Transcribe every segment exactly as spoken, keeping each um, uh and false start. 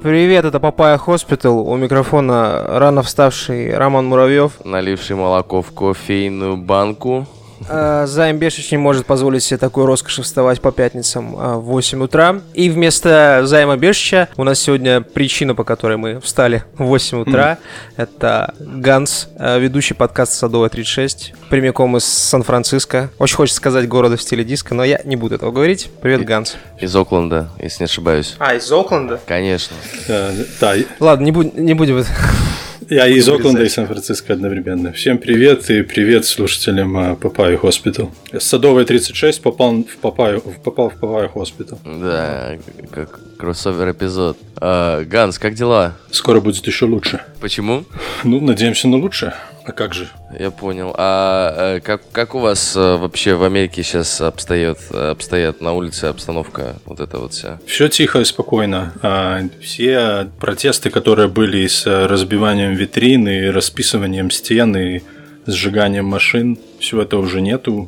Привет, это Папайя Хоспитал. У микрофона рано вставший Роман Муравьев, наливший молоко в кофейную банку. Займ Бешич не может позволить себе такой роскоши вставать по пятницам в восемь утра. И вместо Займа Бешича у нас сегодня причина, по которой мы встали в восемь утра. Mm. Это Ганс, ведущий подкаста «Садовая тридцать шесть», прямиком из Сан-Франциско. Очень хочется сказать города в стиле диско, но я не буду этого говорить. Привет, и, Ганс. Из Окленда, если не ошибаюсь. А, из Окленда? Конечно. Да, да. Ладно, не, будь, не будем... Я из Окленда и Сан-Франциско одновременно. Всем привет и привет слушателям Папайя Хоспитал. Садовая тридцать шесть попал в Папайю, попал в Папайя Хоспитал. Да, как кроссовер эпизод. А, Ганс, как дела? Скоро будет еще лучше. Почему? Ну, надеемся на лучшее. А как же? Я понял. А как, как у вас вообще в Америке сейчас обстоят, обстоят на улице обстановка, вот эта вот вся? Все тихо и спокойно. Все протесты, которые были с разбиванием витрин и расписыванием стен и сжиганием машин, всего этого уже нету.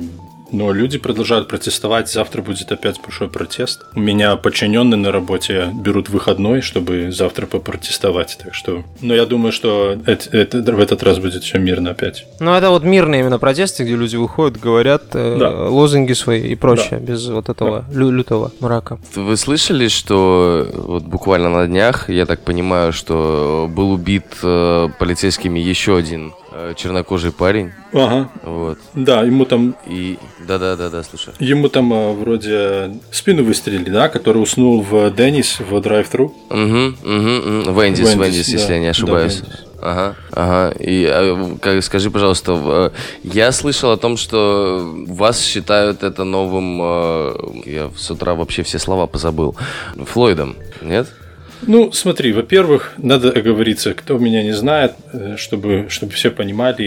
Но люди продолжают протестовать. Завтра будет опять большой протест. У меня подчиненные на работе берут выходной, чтобы завтра попротестовать. Так что, но я думаю, что это, это, в этот раз будет все мирно опять. Ну, это вот мирные именно протесты, где люди выходят, говорят э, да. лозунги свои и прочее, да. без вот этого да. лю- лютого мрака. Вы слышали, что вот буквально на днях, я так понимаю, что был убит э, полицейскими еще один чернокожий парень. Ага. Вот. Да, ему там... И... Да-да-да, слушай. Ему там а, вроде в спину выстрелили, да? Который уснул в Деннис, в драйв-тру. Угу, угу, угу. Вендис, Вендис, если да. я не ошибаюсь. Да, ага, ага. И а, как, скажи, пожалуйста, я слышал о том, что вас считают это новым... Я с утра вообще все слова позабыл. Флойдом, нет? Ну, смотри, во-первых, надо оговориться, кто меня не знает, чтобы, чтобы все понимали,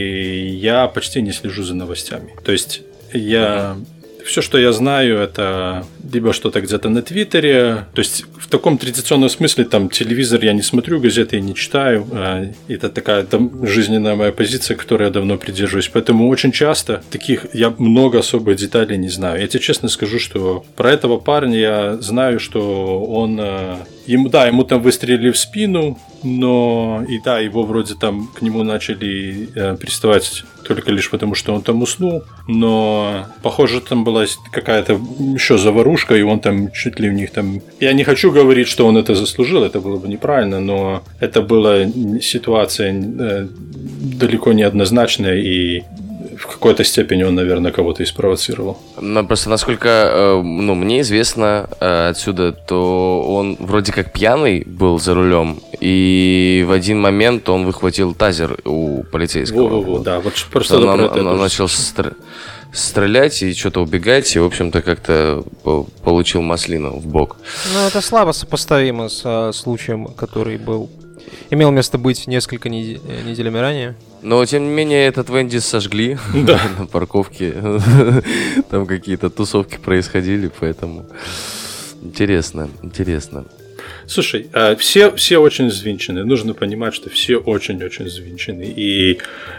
я почти не слежу за новостями. То есть я... Все, что я знаю, это либо что-то где-то на Твиттере. То есть в таком традиционном смысле, там, телевизор я не смотрю, газеты я не читаю. Это такая там жизненная моя позиция, которой я давно придерживаюсь. Поэтому очень часто таких я много особых деталей не знаю. Я тебе честно скажу, что про этого парня я знаю, что он... Ему, да, ему там выстрелили в спину, но и да, его вроде там к нему начали э, приставать только лишь потому, что он там уснул, но похоже там была какая-то еще заварушка, и он там чуть ли у них там... Я не хочу говорить, что он это заслужил, это было бы неправильно, но это была ситуация э, далеко не однозначная, и в какой-то степени он, наверное, кого-то и спровоцировал. Но просто насколько ну, мне известно отсюда, то он вроде как пьяный был за рулем, и в один момент он выхватил тазер у полицейского. Во-во-во, да, вот просто он, он, он начал стр... стрелять и что-то убегать, и, в общем-то, как-то получил маслину в бок. Ну, это слабо сопоставимо с а, случаем, который был... Имел место быть несколько нед... неделями ранее. Но, тем не менее, этот Вендис сожгли да. на парковке. Там какие-то тусовки происходили, поэтому интересно, интересно. Слушай, все, все очень взвинчены. Нужно понимать, что все очень-очень взвинчены. И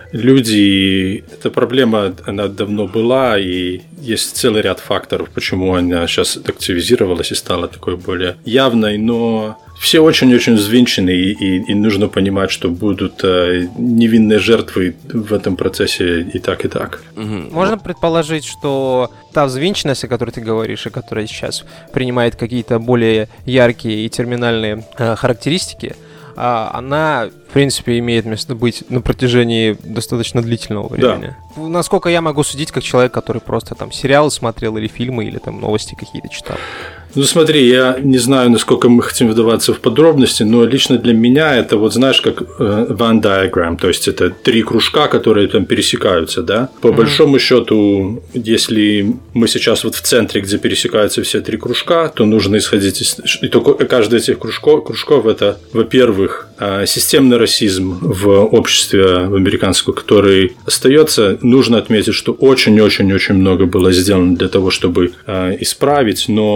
люди... Эта проблема, она давно была, и есть целый ряд факторов, почему она сейчас активизировалась и стала такой более явной, но... Все очень-очень взвинчены, и, и, и нужно понимать, что будут э, невинные жертвы в этом процессе и так, и так. Угу. Можно предположить, что та взвинченность, о которой ты говоришь, и которая сейчас принимает какие-то более яркие и терминальные э, характеристики, э, она, в принципе, имеет место быть на протяжении достаточно длительного времени. Да. Насколько я могу судить, как человек, который просто там сериалы смотрел, или фильмы, или там новости какие-то читал. Ну смотри, я не знаю, насколько мы хотим вдаваться в подробности, но лично для меня это вот, знаешь, как э, Venn diagram, то есть это три кружка, которые там пересекаются, да. По mm-hmm. большому счету, если мы сейчас вот в центре, где пересекаются все три кружка, то нужно исходить из... И только каждый из этих кружков, кружков это, во-первых, э, системный расизм в обществе в американском, который остается. Нужно отметить, что очень-очень-очень много было сделано для того, чтобы э, исправить, но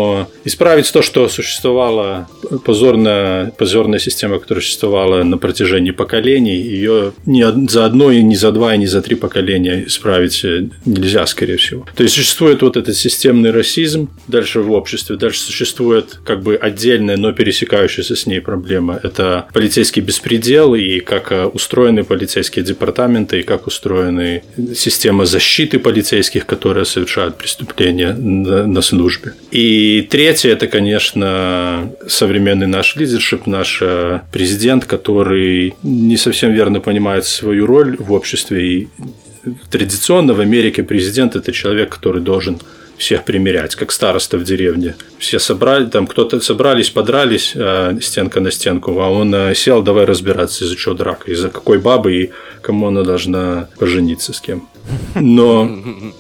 исправить то, что существовала позорная, позорная система, которая существовала на протяжении поколений, ее ни за одно, и ни за два, и ни за три поколения исправить нельзя, скорее всего. То есть существует вот этот системный расизм дальше в обществе, дальше существует как бы отдельная, но пересекающаяся с ней проблема. Это полицейский беспредел и как устроены полицейские департаменты, и как устроены система защиты полицейских, которые совершают преступления на, на службе. И третье, это, конечно, современный наш лидершип, наш президент, который не совсем верно понимает свою роль в обществе. И традиционно в Америке президент – это человек, который должен всех примерять, как староста в деревне. Все собрали, там кто-то собрались, подрались э, стенка на стенку, а он э, сел, давай разбираться, из-за чего драка, из-за какой бабы и кому она должна пожениться, с кем. Но,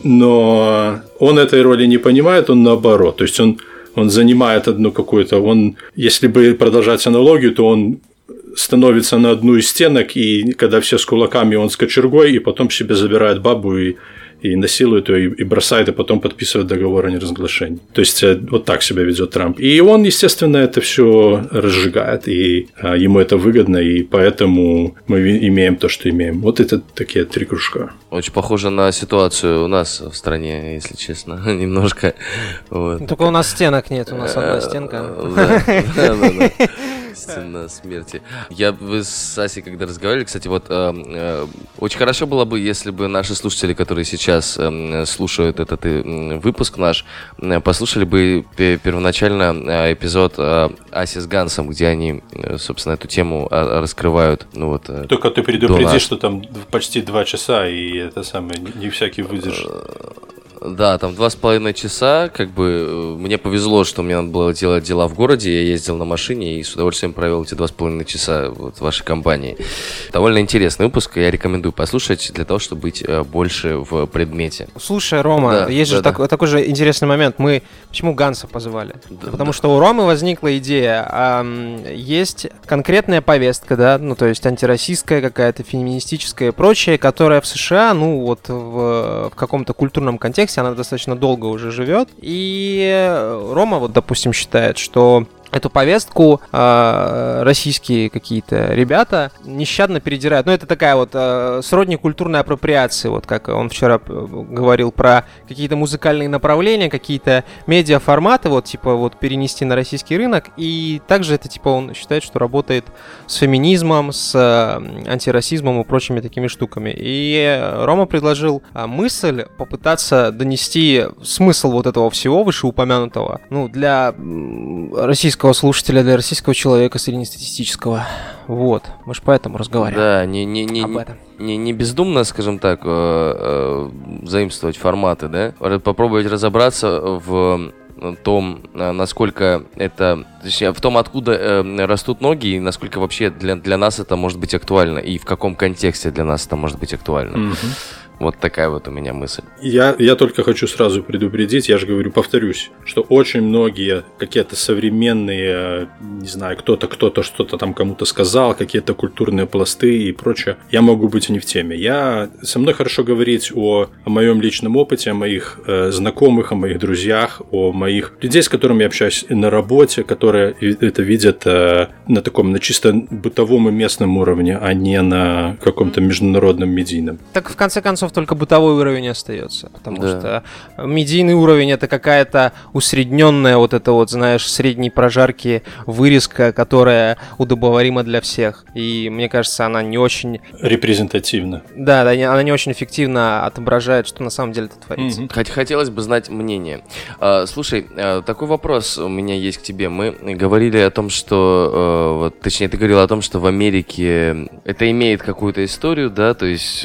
но он этой роли не понимает, он наоборот. То есть он, он занимает одну какую-то, он, если бы продолжать аналогию, то он становится на одну из стенок, и когда все с кулаками, он с кочергой, и потом себе забирает бабу и и насилует ее, и бросает, и потом подписывает договор о неразглашении. То есть вот так себя ведет Трамп. И он, естественно, это все разжигает, и а, ему это выгодно, и поэтому мы имеем то, что имеем. Вот это такие три кружка. Очень похоже на ситуацию у нас в стране, если честно, немножко. Вот. Только у нас стенок нет, у нас одна стенка. Да, да, да. Стена смерти. Я вы с Асей когда разговаривали, кстати, вот э, э, очень хорошо было бы, если бы наши слушатели, которые сейчас э, слушают этот э, выпуск наш, э, послушали бы первоначально э, эпизод э, Аси с Гансом, где они, э, собственно, эту тему э, раскрывают. Ну, вот, э, Только ты предупреди, что там почти два часа, и это самое, не всякий выдержит. Да, там два с половиной часа, как бы мне повезло, что мне надо было делать дела в городе, я ездил на машине и с удовольствием провел эти два с половиной часа вот в вашей компании. Довольно интересный выпуск, я рекомендую послушать для того, чтобы быть больше в предмете. Слушай, Рома, да, есть да, же да. Так, такой же интересный момент. Мы почему Ганса позвали? Да, Потому да. что у Ромы возникла идея. А, есть конкретная повестка, да, ну то есть антироссийская какая-то, феминистическая и прочее, которая в США, ну вот в, в каком-то культурном контексте, она достаточно долго уже живет. И Рома, вот, допустим, считает, что эту повестку э, российские какие-то ребята нещадно передирают. Ну, это такая вот э, сродни культурной апроприации, вот как он вчера говорил про какие-то музыкальные направления, какие-то медиаформаты, вот, типа, вот, перенести на российский рынок. И также это, типа, он считает, что работает с феминизмом, с э, антирасизмом и прочими такими штуками. И Рома предложил э, мысль попытаться донести смысл вот этого всего вышеупомянутого, ну, для э, российского слушателя, для российского человека среднестатистического. Вот. Мы же поэтому разговариваем. Да, не, не, не, об этом. Не, не бездумно, скажем так, э, э, заимствовать форматы, да? Попробовать разобраться в том, насколько это, точнее, в том, откуда э, растут ноги, и насколько вообще для, для нас это может быть актуально, и в каком контексте для нас это может быть актуально. Mm-hmm. Вот такая вот у меня мысль. Я, я только хочу сразу предупредить, я же говорю, повторюсь, что очень многие какие-то современные, не знаю, кто-то, кто-то что-то там кому-то сказал, какие-то культурные пласты и прочее, я могу быть не в теме. Я, со мной хорошо говорить о, о моем личном опыте, о моих э, знакомых, о моих друзьях, о моих людей, с которыми я общаюсь на работе, которые это видят э, на таком, на чисто бытовом и местном уровне, а не на каком-то международном медийном. Так, в конце концов, только бытовой уровень остается, потому да. что медийный уровень — это какая-то усредненная, вот это вот, знаешь, средней прожарки вырезка, которая удобоварима для всех. И мне кажется, она не очень... Репрезентативна. Да, да, она не очень эффективно отображает, что на самом деле это творится. Mm-hmm. Хотелось бы знать мнение. А, слушай, такой вопрос у меня есть к тебе. Мы говорили о том, что... Вот, точнее, ты говорил о том, что в Америке это имеет какую-то историю, да, то есть...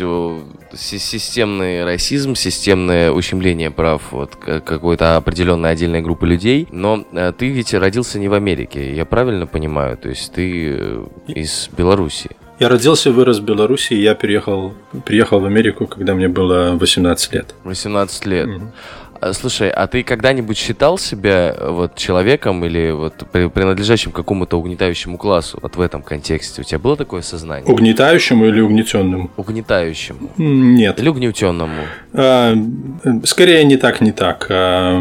системный расизм, системное ущемление прав вот, какой-то определенной отдельной группы людей. Но э, ты ведь родился не в Америке, я правильно понимаю? То есть ты э, из Беларуси. Я родился и вырос в Беларуси, и я переехал, приехал в Америку, когда мне было восемнадцать лет. восемнадцать лет. Угу. Слушай, а ты когда-нибудь считал себя вот человеком или вот принадлежащим к какому-то угнетающему классу вот в этом контексте? У тебя было такое сознание? Угнетающему или угнетенному? Угнетающему. Нет. Или угнетенному? А, скорее не так, не так. А,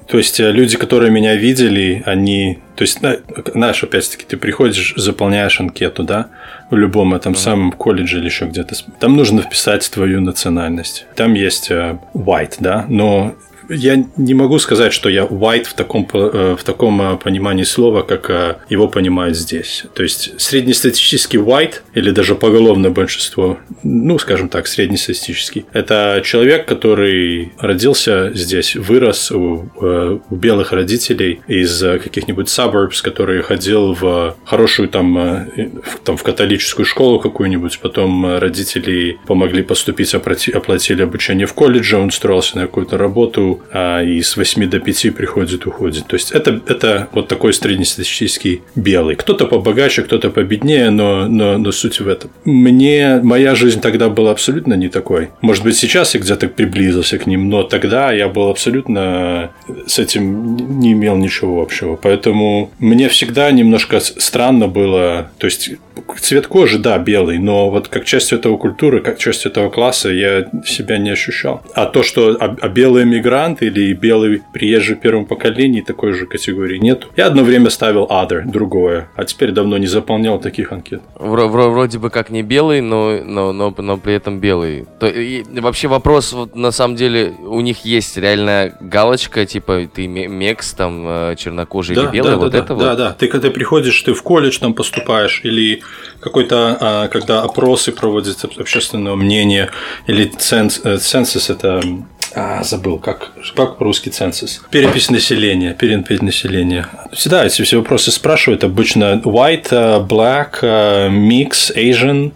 То есть люди, которые меня видели, они... То есть, знаешь, опять-таки, ты приходишь, заполняешь анкету, да, в любом этом mm-hmm. самом колледже или еще где-то. Там нужно вписать твою национальность. Там есть white, да, но... Я не могу сказать, что я white в таком, в таком понимании слова, как его понимают здесь. То есть среднестатистический white, или даже поголовное большинство, ну, скажем так, среднестатистический, это человек, который родился здесь, вырос у, у белых родителей из каких-нибудь suburbs, который ходил в хорошую там, в, там, в католическую школу какую-нибудь, потом родители помогли поступить, оплатили обучение в колледже, он устроился на какую-то работу, и с восьми до пяти приходит, уходит. То есть это, это вот такой среднестатистический белый. Кто-то побогаче, кто-то победнее, но, но, но суть в этом. Мне моя жизнь тогда была абсолютно не такой. Может быть, сейчас я где-то приблизился к ним, но тогда я был абсолютно с этим не имел ничего общего. Поэтому мне всегда немножко странно было. То есть цвет кожи, да, белый, но вот как часть этого культуры, как часть этого класса я себя не ощущал. А то, что а, а белый мигрант или белый приезжий в первом поколении, такой же категории нет. Я одно время ставил other, другое, а теперь давно не заполнял таких анкет. Вроде бы как не белый, но, но, но, но при этом белый. То, и, вообще вопрос, вот, на самом деле, у них есть реальная галочка, типа ты мекс, там, чернокожий да, или белый, да, вот да, это да, вот? Да, да, ты когда приходишь, ты в колледж там поступаешь, или какой-то, когда опросы проводятся общественного мнения, или ценсус, это... А, забыл, как, как по-русски ценсус. Перепись населения, перепись населения. Всегда эти все вопросы спрашивают. Обычно white, black, mix, Asian,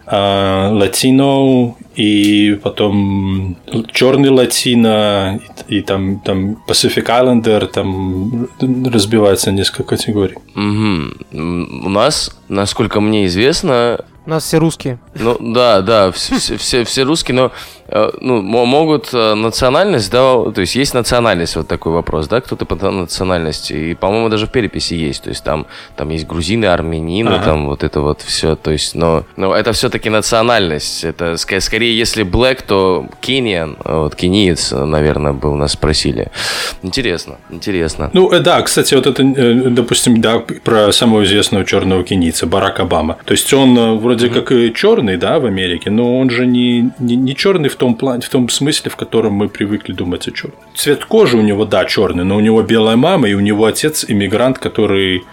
Latino и потом черный латино, и, и там, там Pacific Islander, там разбивается несколько категорий. Угу. У нас, насколько мне известно... У нас все русские. Ну да, да, все, все, все русские, но ну, могут национальность, да, то есть есть национальность, вот такой вопрос, да, кто-то по национальности, и, по-моему, даже в переписи есть, то есть там, там есть грузины, армянины, ага. там вот это вот все, то есть, но, но это все-таки национальность, это скорее, если black, то Kenyan, вот, кениец, наверное, бы у нас спросили. Интересно, интересно. Ну, да, кстати, вот это, допустим, да, про самого известного черного кенийца, Барак Обама, то есть он вроде mm-hmm. как и черный, да, в Америке, но он же не, не, не черный в том плане, в том смысле, в котором мы привыкли думать о черном. Цвет кожи у него, да, черный, но у него белая мама, и у него отец иммигрант, который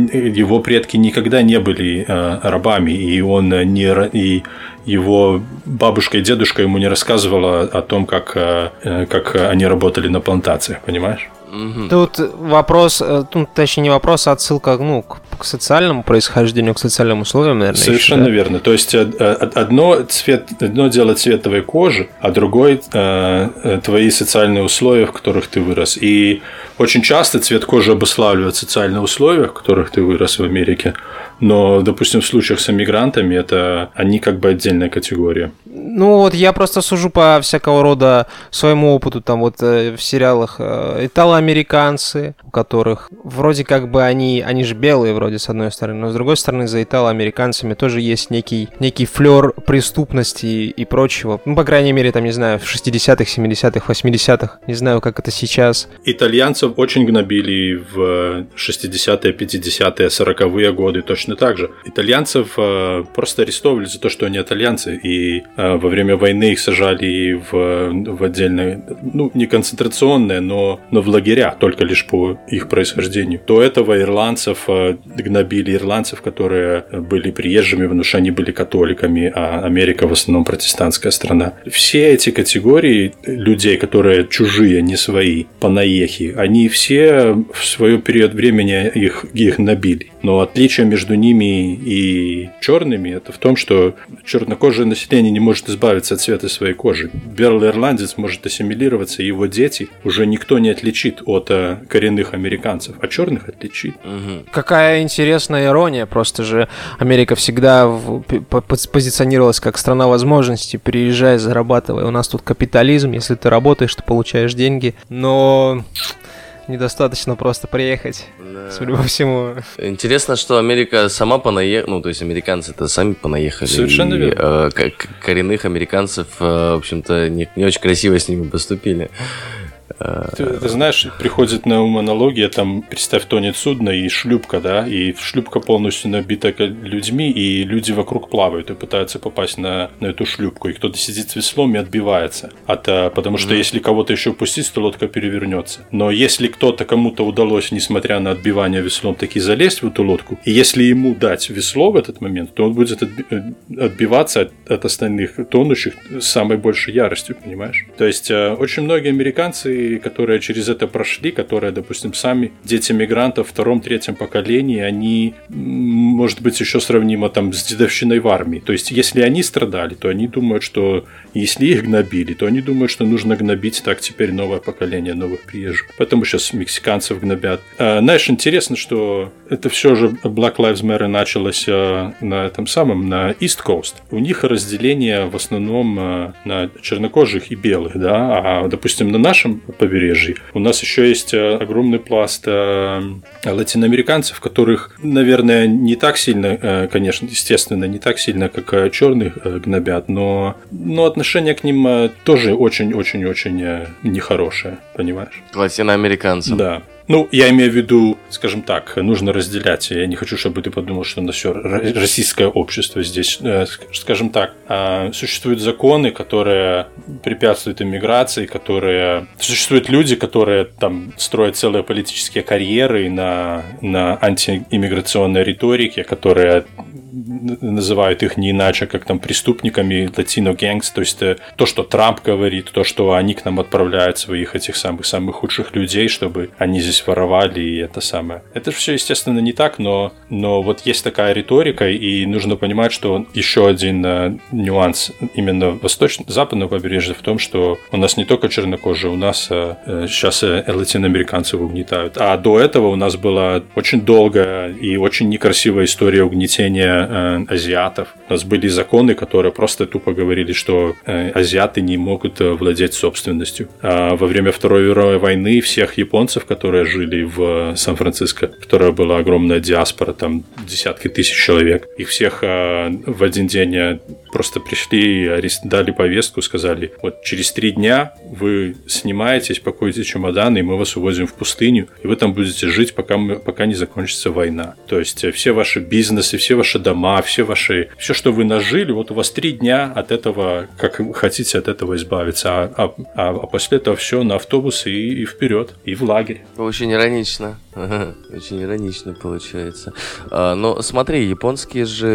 его предки никогда не были э, рабами, и он не и его бабушка и дедушка ему не рассказывала о том, как, э, как они работали на плантациях, понимаешь? Тут вопрос, ну, точнее не вопрос, а отсылка, ну, к, к социальному происхождению, к социальным условиям, наверное. Совершенно еще, да? Верно. То есть одно, цвет, одно дело цвет твоей кожи, а другое э, твои социальные условия, в которых ты вырос. И очень часто цвет кожи обуславливает социальные условия, в которых ты вырос в Америке. Но, допустим, в случаях с иммигрантами это они как бы отдельная категория. Ну вот я просто сужу по всякого рода своему опыту, там вот э, в сериалах э, итало-американцы, у которых вроде как бы они, они же белые вроде с одной стороны, но с другой стороны за итало-американцами тоже есть некий, некий флёр преступности и прочего. Ну, по крайней мере, там, не знаю, в шестидесятых, семидесятых, восьмидесятых, не знаю, как это сейчас. Итальянцев очень гнобили в шестидесятые, пятидесятые, сороковые годы точно так же. Итальянцев э, просто арестовывали за то, что они итальянцы, и э, во время войны их сажали в, в отдельные, ну, не концентрационные, но, но в лагеря, только лишь по их происхождению. До этого ирландцев э, гнобили ирландцев, которые были приезжими, потому что они были католиками, а Америка в основном протестантская страна. Все эти категории людей, которые чужие, не свои, понаехи, они все в свой период времени их, их гнобили. Но отличие между ними и черными это в том, что чернокожее население не может избавиться от цвета своей кожи. Белый ирландец может ассимилироваться, и его дети уже никто не отличит от коренных американцев, а черных отличит. Угу. Какая интересная ирония, просто же Америка всегда в, по, позиционировалась как страна возможностей, приезжай, зарабатывай. У нас тут капитализм, если ты работаешь, ты получаешь деньги, но... недостаточно просто приехать, да. Судя по всему. Интересно, что Америка сама понаехала, ну, то есть американцы-то сами понаехали. Совершенно и, верно. Э, коренных американцев, э, в общем-то, не, не очень красиво с ними поступили. Ты, ты знаешь, приходит на ум аналогия, там, представь, тонет судно и шлюпка, да, и шлюпка полностью набита людьми, и люди вокруг плавают и пытаются попасть на, на эту шлюпку, и кто-то сидит с веслом и отбивается, от, потому что mm-hmm. если кого-то еще пустить, то лодка перевернется. Но если кто-то, кому-то удалось, несмотря на отбивание веслом, таки залезть в эту лодку, и если ему дать весло в этот момент, то он будет отби- отбиваться от, от остальных тонущих с самой большей яростью, понимаешь? То есть очень многие американцы, которые через это прошли, которые, допустим, сами дети мигрантов в втором, третьем поколении, они, может быть, еще сравнимо там с дедовщиной в армии. То есть, если они страдали, то они думают, что если их гнобили, то они думают, что нужно гнобить так теперь новое поколение новых приезжих. Поэтому сейчас мексиканцев гнобят. А, знаешь, интересно, что это все же Black Lives Matter началось а, на этом самом, на East Coast. У них разделение в основном а, на чернокожих и белых, да, а, допустим, на нашем побережье у нас еще есть а, огромный пласт а, латиноамериканцев, которых, наверное, не так сильно, а, конечно, естественно, не так сильно, как а, черных а, гнобят, но, но отношение к ним а, тоже очень-очень-очень а, нехорошее, понимаешь? К латиноамериканцам. Да. Ну, я имею в виду, скажем так, нужно разделять. Я не хочу, чтобы ты подумал, что у нас все российское общество здесь. Скажем так, существуют законы, которые препятствуют иммиграции, которые... Существуют люди, которые там строят целые политические карьеры на, на антииммиграционной риторике, которые называют их не иначе, как там преступниками, латино-гэнгс, то есть то, что Трамп говорит, то, что они к нам отправляют своих этих самых-самых худших людей, чтобы они здесь воровали, и это самое. Это же все, естественно, не так, но, но вот есть такая риторика, и нужно понимать, что еще один э, нюанс именно восточного, западного побережья в том, что у нас не только чернокожие, у нас э, сейчас э, латиноамериканцев угнетают, а до этого у нас была очень долгая и очень некрасивая история угнетения э, азиатов. У нас были законы, которые просто тупо говорили, что э, азиаты не могут э, владеть собственностью. А во время Второй мировой войны всех японцев, которые жили в Сан-Франциско, которая была огромная диаспора, там десятки тысяч человек. Их всех а, в один день просто пришли, арест... дали повестку, сказали, вот через три дня вы снимаетесь, пакуете чемоданы, и мы вас увозим в пустыню, и вы там будете жить, пока, мы... пока не закончится война. То есть все ваши бизнесы, все ваши дома, все ваши... все, что вы нажили, вот у вас три дня от этого, как вы хотите от этого избавиться, а, а, а, а после этого все на автобус и, и вперед, и в лагерь. Очень иронично. Очень иронично получается. А, но смотри, японские же,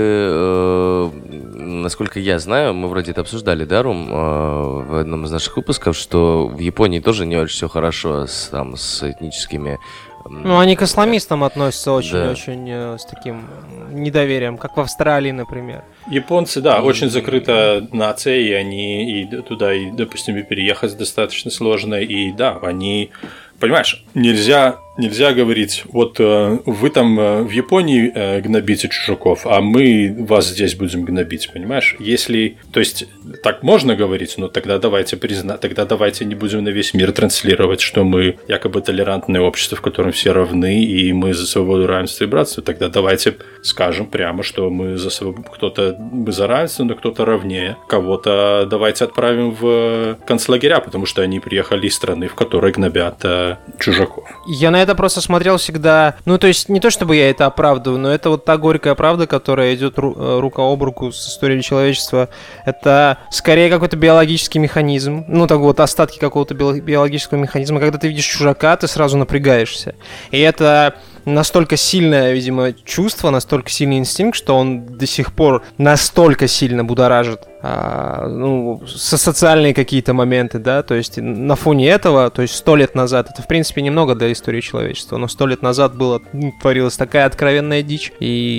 э, насколько я знаю, мы вроде это обсуждали, да, Рум, э, в одном из наших выпусков, что в Японии тоже не очень все хорошо с, там, с этническими... Ну, они к исламистам относятся очень-очень да. с таким недоверием, как в Австралии, например. Японцы, да, и... очень закрыта нация, и они и туда, и, допустим, и переехать достаточно сложно, и да, они... Понимаешь, нельзя, нельзя говорить, вот э, вы там э, в Японии э, гнобите чужаков, а мы вас здесь будем гнобить, понимаешь? Если, то есть, так можно говорить, но тогда давайте призна... тогда давайте не будем на весь мир транслировать, что мы якобы толерантное общество, в котором все равны, и мы за свободу, равенство и братство. Тогда давайте скажем прямо, что мы за свободу, кто-то мы за равенство, но кто-то равнее. Кого-то давайте отправим в концлагеря, потому что они приехали из страны, в которой гнобят э, чужаков. Я на это просто смотрел всегда, ну то есть не то чтобы я это оправдываю, но это вот та горькая правда, которая идет ру- рука об руку с историей человечества. Это скорее какой-то биологический механизм, ну так вот остатки какого-то биологического механизма. Когда ты видишь чужака, ты сразу напрягаешься. И это настолько сильное, видимо, чувство, настолько сильный инстинкт, что он до сих пор настолько сильно будоражит а, ну, со социальные какие-то моменты, да, то есть на фоне этого, то есть сто лет назад, это в принципе немного для истории человечества, но сто лет назад было, творилась такая откровенная дичь,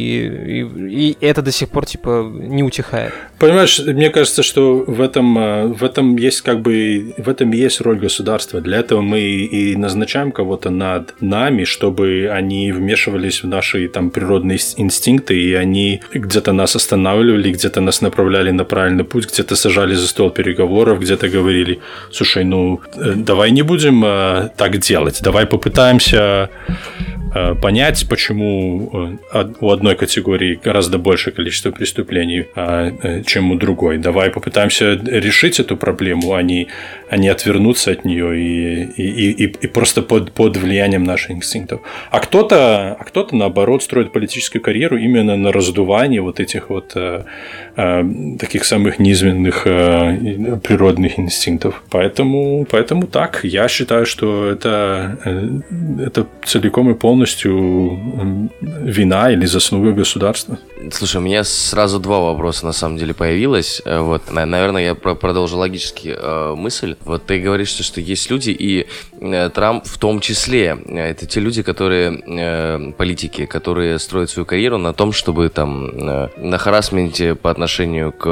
и, и, и это до сих пор типа не утихает. Понимаешь, мне кажется, что в этом, в этом есть как бы, в этом есть роль государства. Для этого мы и назначаем кого-то над нами, чтобы они вмешивались в наши там природные инстинкты, и они где-то нас останавливали, где-то нас направляли на правильный путь, где-то сажали за стол переговоров, где-то говорили: слушай, ну давай не будем так делать, давай попытаемся э, понять, почему э, у одной категории гораздо большее количество преступлений, э, э, чем у другой. Давай попытаемся решить эту проблему, а не, а не отвернуться от нее и, и, и, и просто под, под влиянием наших инстинктов. А кто-то, а кто-то, наоборот, строит политическую карьеру именно на раздувании вот этих вот э, э, таких самых низменных э, природных инстинктов. Поэтому, поэтому так, я считаю, что это, э, это целиком и полностью вина или заслуга государства. Слушай, у меня сразу два вопроса на самом деле появилось. Вот, наверное, я продолжу логически э, мысль. Вот ты говоришь, что есть люди, и э, Трамп в том числе. Это те люди, которые, э, политики, которые строят свою карьеру на том, чтобы там э, на харассменте по отношению к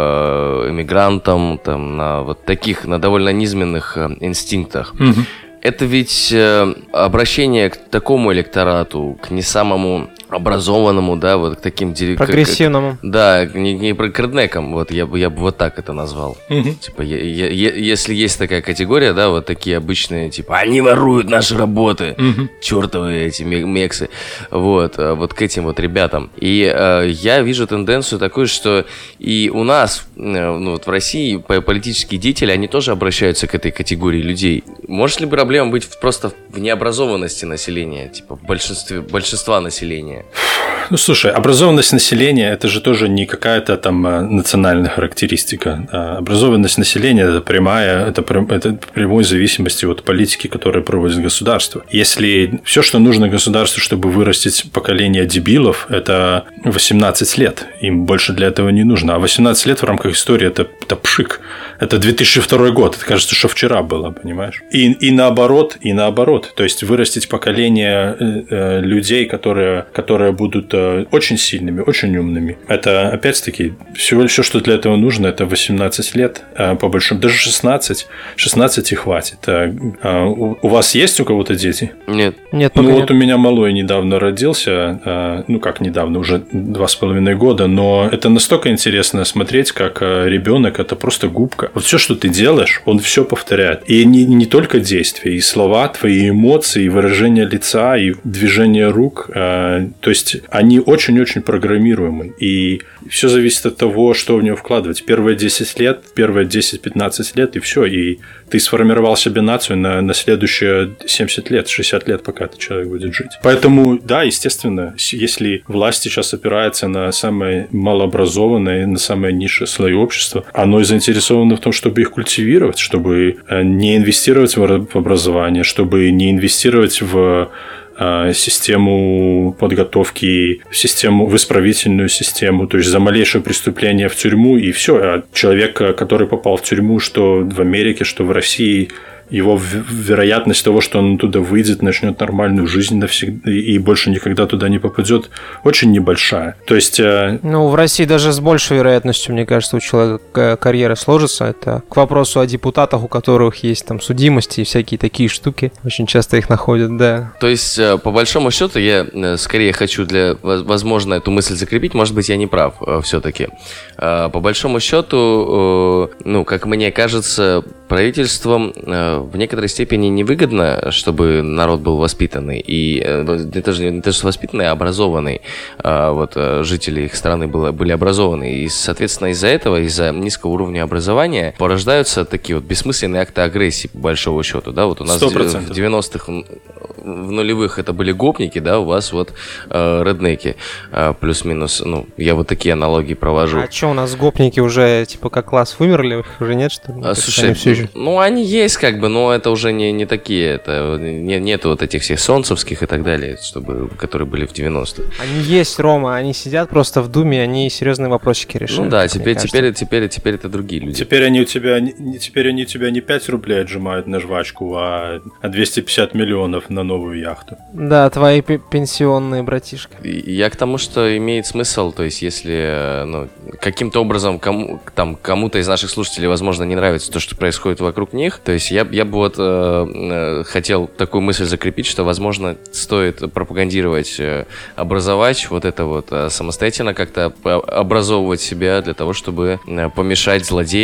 э, иммигрантам, там, на вот таких, на довольно низменных э, инстинктах. Mm-hmm. Это ведь э, обращение к такому электорату, к не самому образованному, да, вот к таким... Прогрессивному. К, да, не, не к реднекам, вот я бы я бы вот так это назвал. Угу. Типа, я, я, я, если есть такая категория, да, вот такие обычные, типа, они воруют наши работы, угу. чертовы эти мексы, вот, вот к этим вот ребятам. И э, я вижу тенденцию такую, что и у нас, э, ну вот в России, политические деятели, они тоже обращаются к этой категории людей. Может ли проблема быть просто в необразованности населения, типа, в большинстве, большинства населения? Ну, слушай, образованность населения – это же тоже не какая-то там национальная характеристика. Образованность населения – это прямая, это, это прямой зависимости от политики, которую проводит государство. Если все, что нужно государству, чтобы вырастить поколение дебилов, это восемнадцать лет, им больше для этого не нужно. А восемнадцать лет в рамках истории – это, это пшик. Это две тысячи второй год, это кажется, что вчера было, понимаешь? И, и наоборот, и наоборот. То есть вырастить поколение э, людей, которые, которые будут э, очень сильными, очень умными. Это, опять-таки, всего лишь все, что для этого нужно, это восемнадцать лет, э, по большому, даже шестнадцать. шестнадцать и хватит. Э, э, у, у вас есть у кого-то дети? Нет. Нет, ну нет. Вот у меня малой недавно родился, э, ну как недавно, уже два с половиной года, но это настолько интересно смотреть, как ребенок это просто губка. Вот все, что ты делаешь, он все повторяет. И не, не только действия, и слова, твои эмоции, и выражение лица, и движение рук. Э, то есть они очень-очень программируемы. И все зависит от того, что в него вкладывать. Первые десять лет, первые десять-пятнадцать лет, и все. И ты сформировал себе нацию на, на следующие семьдесят лет, шестьдесят лет, пока этот человек будет жить. Поэтому, да, естественно, если власть сейчас опирается на самые малообразованные, на самые низшие слои общества, оно и заинтересовано в том, чтобы их культивировать, чтобы не инвестировать в образование, чтобы не инвестировать в систему подготовки, в систему, в исправительную систему, то есть за малейшее преступление в тюрьму, и все. А человек, который попал в тюрьму, что в Америке, что в России, его вероятность того, что он оттуда выйдет, начнет нормальную жизнь навсегда и больше никогда туда не попадет, очень небольшая. То есть... Ну, в России даже с большей вероятностью, мне кажется, у человека карьера сложится. Это к вопросу о депутатах, у которых есть там судимости и всякие такие штуки. Очень часто их находят, да. То есть, по большому счету, я скорее хочу для, возможно, эту мысль закрепить. Может быть, я не прав все-таки. По большому счету, ну, как мне кажется, правительством в некоторой степени невыгодно, чтобы народ был воспитанный. И это же не то, что воспитанный, а образованный. Вот жители их страны были, были образованы. И, соответственно, из-за этого, из-за низкого уровня образования порождаются такие вот бессмысленные акты агрессии, по большому счету. Да? Вот у нас сто процентов. В девяностых, в нулевых это были гопники, да, у вас вот э, реднеки, э, плюс-минус. Ну, я вот такие аналогии провожу. А что, у нас гопники уже, типа, как класс вымерли? Их уже нет, что ли? А, слушай, они все еще... ну, они есть, как бы, но это уже не, не такие. Это не, нету вот этих всех солнцевских и так далее, чтобы, которые были в девяностых. Они есть, Рома, они сидят просто в Думе, они серьезные вопросики решают. Ну да, теперь, теперь, теперь, теперь это другие люди. Теперь они у тебя, теперь они у тебя не пять рублей отжимают на жвачку, а двести пятьдесят миллионов на новую яхту. Да, твои пенсионные, братишка. Я к тому, что имеет смысл, то есть если ну, каким-то образом кому, там, кому-то из наших слушателей, возможно, не нравится то, что происходит вокруг них, то есть я, я бы вот э, хотел такую мысль закрепить, что, возможно, стоит пропагандировать, э, образовать вот это вот, э, самостоятельно как-то образовывать себя для того, чтобы э, помешать злодеям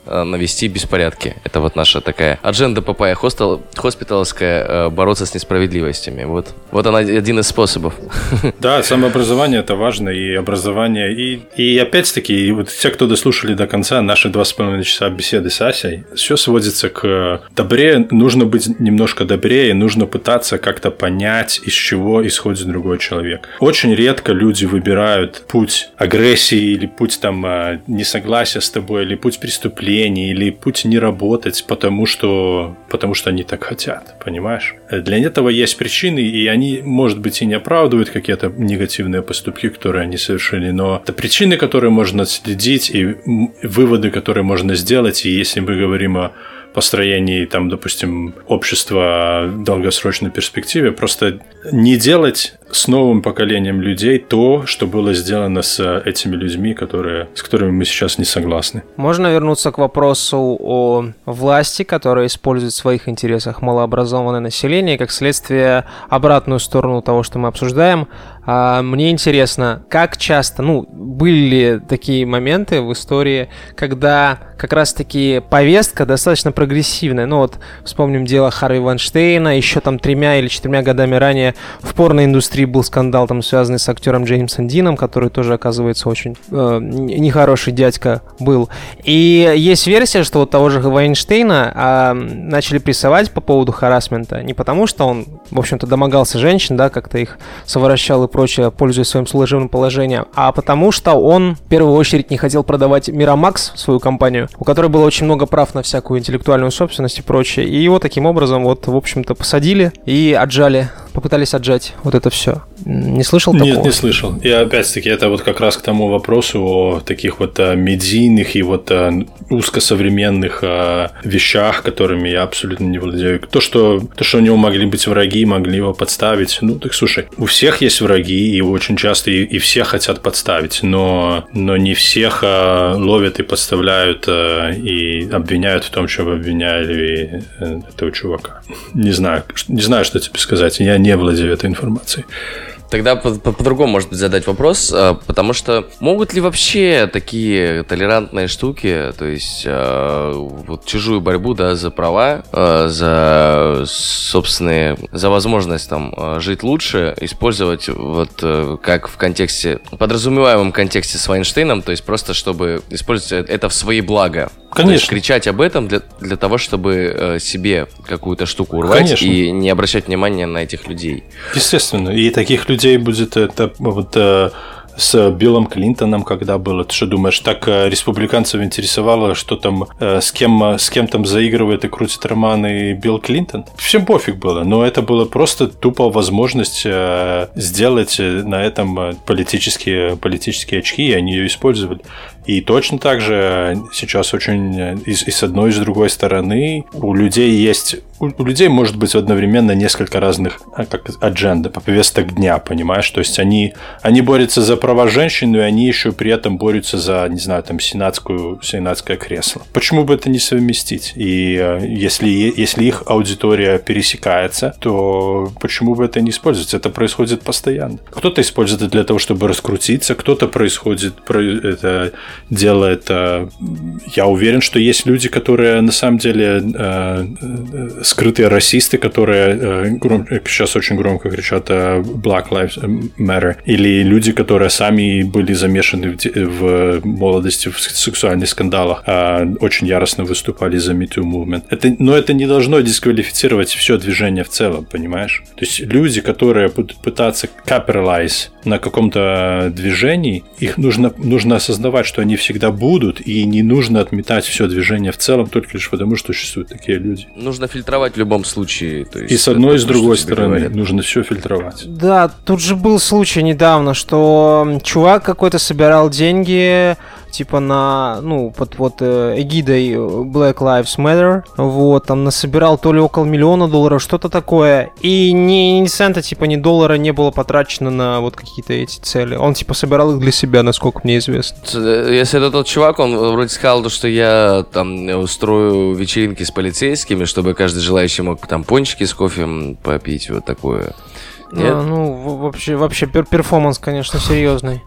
э, навести беспорядки. Это вот наша такая адженда Папайя Хостел, хоспиталская, э, бороться с несправедливостями. Вот, вот она один из способов. Да, самообразование – это важно, и образование, и, и опять-таки, вот те, кто дослушали до конца наши два с половиной часа беседы с Асей, все сводится к добрее, нужно быть немножко добрее, нужно пытаться как-то понять, из чего исходит другой человек. Очень редко люди выбирают путь агрессии или путь там несогласия с тобой, или путь преступления, или путь не работать, потому что, потому что они так хотят, понимаешь? Для этого есть причины, и они, может быть, и не оправдывают какие-то негативные поступки, которые они совершили, но это причины, которые можно отследить, и выводы, которые можно сделать, и если мы говорим о построении, там, допустим, общества в долгосрочной перспективе, просто не делать с новым поколением людей то, что было сделано с этими людьми, которые, с которыми мы сейчас не согласны. Можно вернуться к вопросу о власти, которая использует в своих интересах малообразованное население, как следствие обратную сторону того, что мы обсуждаем. Мне интересно, как часто, ну, были ли такие моменты в истории, когда как раз-таки повестка достаточно прогрессивная. Ну вот, вспомним дело Харви Вайнштейна, еще там тремя или четырьмя годами ранее в порноиндустрии был скандал, там, связанный с актером Джеймсом Дином, который тоже, оказывается, очень э, нехороший дядька был. И есть версия, что вот того же Вайнштейна э, начали прессовать по поводу харассмента не потому, что он, в общем-то, домогался женщин, да, как-то их совращал и прочее, пользуясь своим служебным положением, а потому что он в первую очередь не хотел продавать Miramax, свою компанию, у которой было очень много прав на всякую интеллектуальную собственность и прочее. И его таким образом вот, в общем-то, посадили и отжали, попытались отжать вот это все. Не слышал такого? Нет, не слышал. И опять-таки это вот как раз к тому вопросу о таких вот медийных и вот узкосовременных вещах, которыми я абсолютно не владею. То, что, то, что у него могли быть враги, могли его подставить. Ну, так слушай, у всех есть враги, и очень часто и, и все хотят подставить, но, но не всех а, ловят и подставляют а, и обвиняют в том, что обвиняли а, этого чувака. Не знаю, не знаю, что тебе сказать. Я не владею этой информацией. Тогда по- по- по-другому, может быть, задать вопрос, потому что могут ли вообще такие толерантные штуки, то есть э, вот чужую борьбу, да, за права, э, за собственные, за возможность там жить лучше, использовать вот э, как в контексте, подразумеваемом контексте с Вайнштейном, то есть просто чтобы использовать это в свои блага. Конечно. То есть кричать об этом для, для того, чтобы э, себе какую-то штуку урвать. Конечно. И не обращать внимания на этих людей. Естественно. И таких людей будет это вот э, с Биллом Клинтоном, когда было. Ты что думаешь, так э, республиканцев интересовало, что там э, с кем с кем там заигрывает и крутит романы Билл Клинтон? Всем пофиг было. Но это было просто тупо возможность э, сделать на этом политические, политические очки, и они ее использовали. И точно так же сейчас очень и, и с одной, и с другой стороны у людей есть... У, у людей может быть одновременно несколько разных как адженда, повесток дня, понимаешь? То есть они, они борются за права женщин, и они еще при этом борются за, не знаю, там, сенатскую, сенатское кресло. Почему бы это не совместить? И если, если их аудитория пересекается, то почему бы это не использовать? Это происходит постоянно. Кто-то использует это для того, чтобы раскрутиться, кто-то происходит... Это делает... Я уверен, что есть люди, которые на самом деле скрытые расисты, которые гром... сейчас очень громко кричат Black Lives Matter, или люди, которые сами были замешаны в, в молодости в сексуальных скандалах, очень яростно выступали за Me Too Movement. Это... Но это не должно дисквалифицировать все движение в целом, понимаешь? То есть люди, которые будут пытаться capitalize на каком-то движении, их нужно, нужно осознавать, что они всегда будут, и не нужно отметать все движение в целом только лишь потому, что существуют такие люди. Нужно фильтровать в любом случае. То есть и с одной, и с другой стороны говорят. Нужно все фильтровать. Да, тут же был случай недавно, что чувак какой-то собирал деньги типа на, ну, под вот эгидой Black Lives Matter, вот, там насобирал то ли около миллиона долларов, что-то такое, и ни, ни цента, типа, ни доллара не было потрачено на вот какие-то эти цели. Он, типа, собирал их для себя, насколько мне известно. Если это тот чувак, он вроде сказал, что я там устрою вечеринки с полицейскими, чтобы каждый желающий мог там пончики с кофе попить, вот такое. Нет? А, ну, вообще, вообще пер перформанс, конечно, серьезный.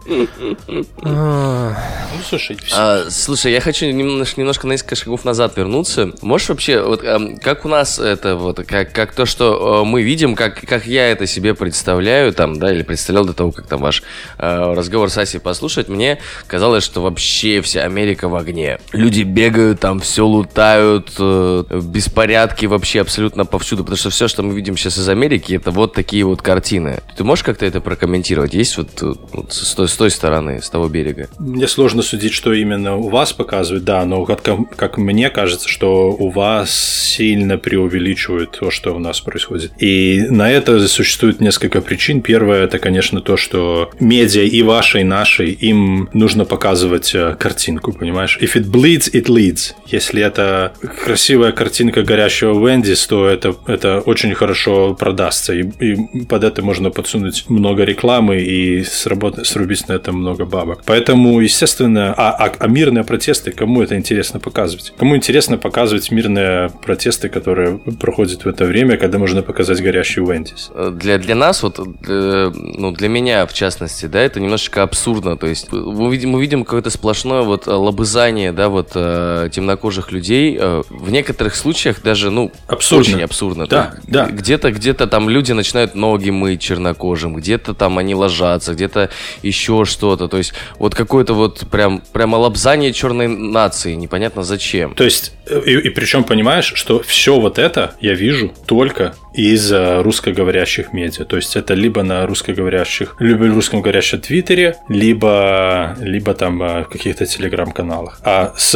Ну, слушай, а, слушай, я хочу немножко, немножко на несколько шагов назад вернуться. Можешь вообще, вот как у нас это, вот, как, как то, что мы видим, как, как я это себе представляю, там, да, или представлял до того, как там ваш э, разговор с Асей послушать, мне казалось, что вообще вся Америка в огне. Люди бегают, там все лутают, э, беспорядки вообще абсолютно повсюду, потому что все, что мы видим сейчас из Америки, это вот такие вот картины. Ты можешь как-то это прокомментировать? Есть вот, вот с, той, с той стороны, с того берега? Мне сложно судить, что именно у вас показывают, да, но как, как мне кажется, что у вас сильно преувеличивают то, что у нас происходит. И на это существует несколько причин. Первое, это, конечно, то, что медиа и вашей, и нашей, им нужно показывать картинку, понимаешь? If it bleeds, it leads. Если это красивая картинка горящего Wendy's, то это, это очень хорошо продастся. И, и под это можно подсунуть много рекламы и сработать, срубить на это много бабок. Поэтому, естественно, а, а, а мирные протесты, кому это интересно показывать? Кому интересно показывать мирные протесты, которые проходят в это время, когда можно показать горящий Wendy's? Для, для нас, вот, для, ну, для меня, в частности, да, это немножечко абсурдно. То есть мы видим, мы видим какое-то сплошное вот лобызание, да, вот темнокожих людей. В некоторых случаях даже, ну, абсурдно. Очень абсурдно. Да, да. Где-то, где-то там люди начинают ноги мыть чернокожим, где-то там они ложатся, где-то еще что-то. То есть вот какое-то вот прям, прямо лобзание черной нации, непонятно зачем. То есть, и, и причем понимаешь, что все вот это я вижу только из русскоговорящих медиа. То есть это либо на русскоговорящих, либо в русскоговорящем Твиттере, либо, либо там в каких-то телеграм-каналах. А с,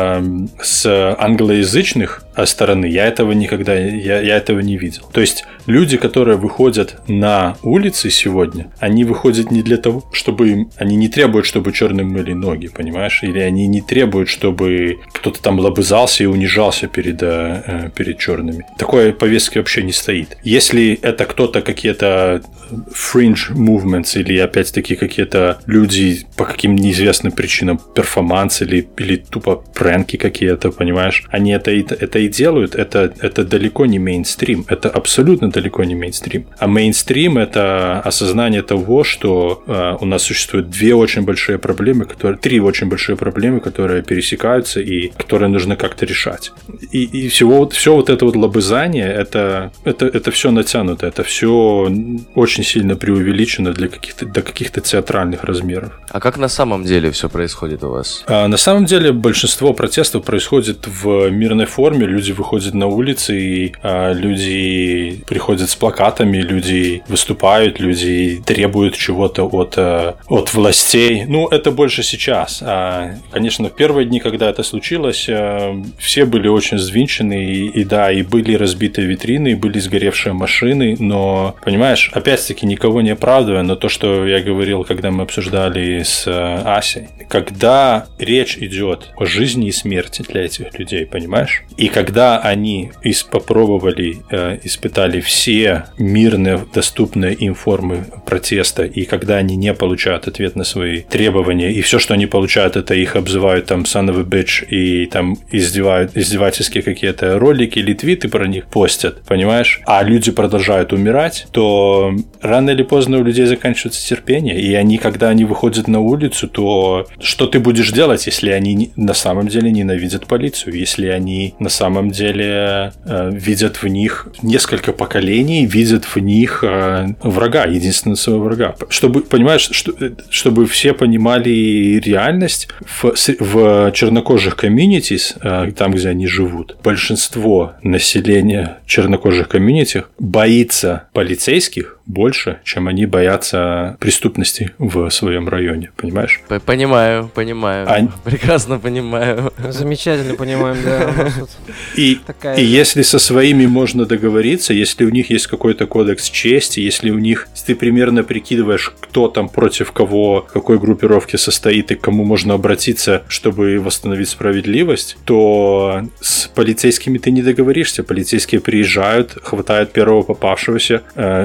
с англоязычных стороны я этого никогда я, я этого не видел. То есть люди, которые выходят на улицы сегодня, они выходят не для того, чтобы им, они не требуют, чтобы черным мыли ноги, понимаешь? Или они не требуют, чтобы кто-то там лобызался и унижался перед, перед черными. Такой повестки вообще не стоит. Если это кто-то, какие-то fringe movements или опять-таки какие-то люди по каким неизвестным причинам, перформанс или, или тупо прэнки какие-то, понимаешь, они это и, это и делают, это, это далеко не мейнстрим, это абсолютно далеко не мейнстрим. А мейнстрим — это осознание того, что э, у нас существуют две очень большие проблемы, которые, три очень большие проблемы, которые пересекаются и которые нужно как-то решать. И, и всего, все вот это вот лобызание, это, это, это все натянуто, это все очень сильно преувеличено для каких-то, до каких-то театральных размеров. А как на самом деле все происходит у вас? А, на самом деле большинство протестов происходит в мирной форме. Люди выходят на улицы, и а, люди приходят с плакатами, люди выступают, люди требуют чего-то от, а, от властей. Ну, это больше сейчас. А, конечно, в первые дни, когда это случилось, а, все были очень взвинчены, и, и да, и были разбиты витрины, и были сгоревшие машины, но, понимаешь, опять-таки никого не оправдывая, но то, что я говорил, когда мы обсуждали с Асей, когда речь идет о жизни и смерти для этих людей, понимаешь? И когда они попробовали, э, испытали все мирные, доступные им формы протеста, и когда они не получают ответ на свои требования, и все, что они получают, это их обзывают там son of a bitch, и там издевают, издевательские какие-то ролики или твиты про них постят, понимаешь? А люди продолжают умирать, то рано или поздно у людей заканчивается терпение, и они, когда они выходят на улицу, то что ты будешь делать, если они на самом деле ненавидят полицию, если они на самом деле э, видят в них несколько поколений, видят в них э, врага, единственного своего врага. Чтобы, понимаешь, что, чтобы все понимали реальность, в, в чернокожих комьюнитис, э, там, где они живут, большинство населения чернокожих комьюнити боится полицейских больше, чем они боятся преступности в своем районе, понимаешь? Понимаю, понимаю. А... Прекрасно понимаю. Замечательно понимаем, да. И, такая... и если со своими можно договориться, если у них есть какой-то кодекс чести, если у них, если ты примерно прикидываешь, кто там против кого, какой группировки состоит и к кому можно обратиться, чтобы восстановить справедливость, то с полицейскими ты не договоришься. Полицейские приезжают, хватают первого попавшегося, шьют ему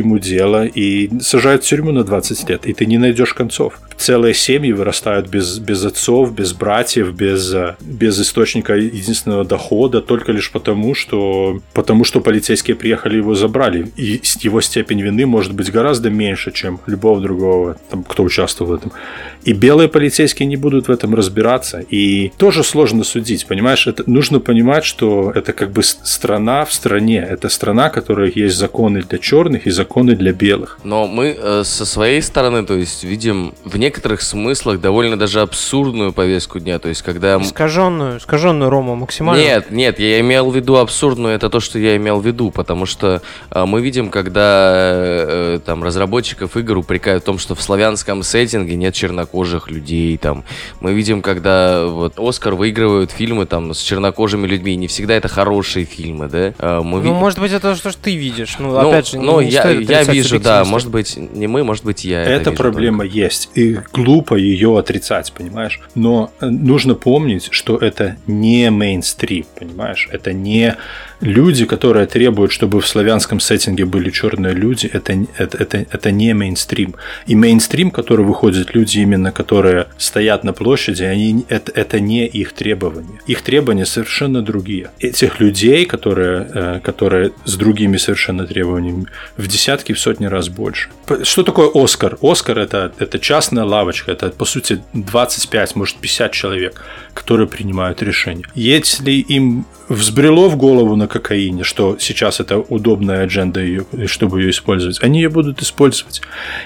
ему дело и сажают в тюрьму на двадцать лет, и ты не найдешь концов. Целые семьи вырастают без, без отцов, без братьев, без, без источника единственного дохода, только лишь потому что, потому, что полицейские приехали и его забрали. И его степень вины может быть гораздо меньше, чем любого другого, там, кто участвовал в этом. И белые полицейские не будут в этом разбираться. И тоже сложно судить, понимаешь? Это, нужно понимать, что это как бы страна в стране. Это страна, в которой есть законы для черных и законы для белых. Но мы э, со своей стороны, то есть, видим в некоторых смыслах довольно даже абсурдную повестку дня. То есть, когда... Искаженную, искаженную, Рома, максимально. Нет, нет, я имел в виду абсурдную, это то, что я имел в виду, потому что э, мы видим, когда э, там разработчиков игр упрекают в том, что в славянском сеттинге нет чернокожих людей, там. Мы видим, когда вот Оскар выигрывают фильмы там с чернокожими людьми, и не всегда это хорошие фильмы, да? Э, мы ну, ви... может быть, это то, что ты видишь. Ну, ну опять же, ну, не, не я, я вижу, да, если... может быть, не мы, может быть, я. Эта это проблема только. есть, и глупо ее отрицать, понимаешь? Но нужно помнить, что это не мейнстрим, понимаешь? Это не люди, которые требуют, чтобы в славянском сеттинге были черные люди, это, это, это, это не мейнстрим. И мейнстрим, который выходят люди, именно которые стоят на площади, они, это, это не их требования. Их требования совершенно другие. Этих людей, которые, которые с другими совершенно требованиями, в десятки, в сотни раз больше. Что такое Оскар? Оскар это, это частная лавочка, это по сути двадцать пять, может пятьдесят человек, которые принимают решения. Если им взбрело в голову на кокаине, что сейчас это удобная адженда, ее, чтобы ее использовать, они ее будут использовать.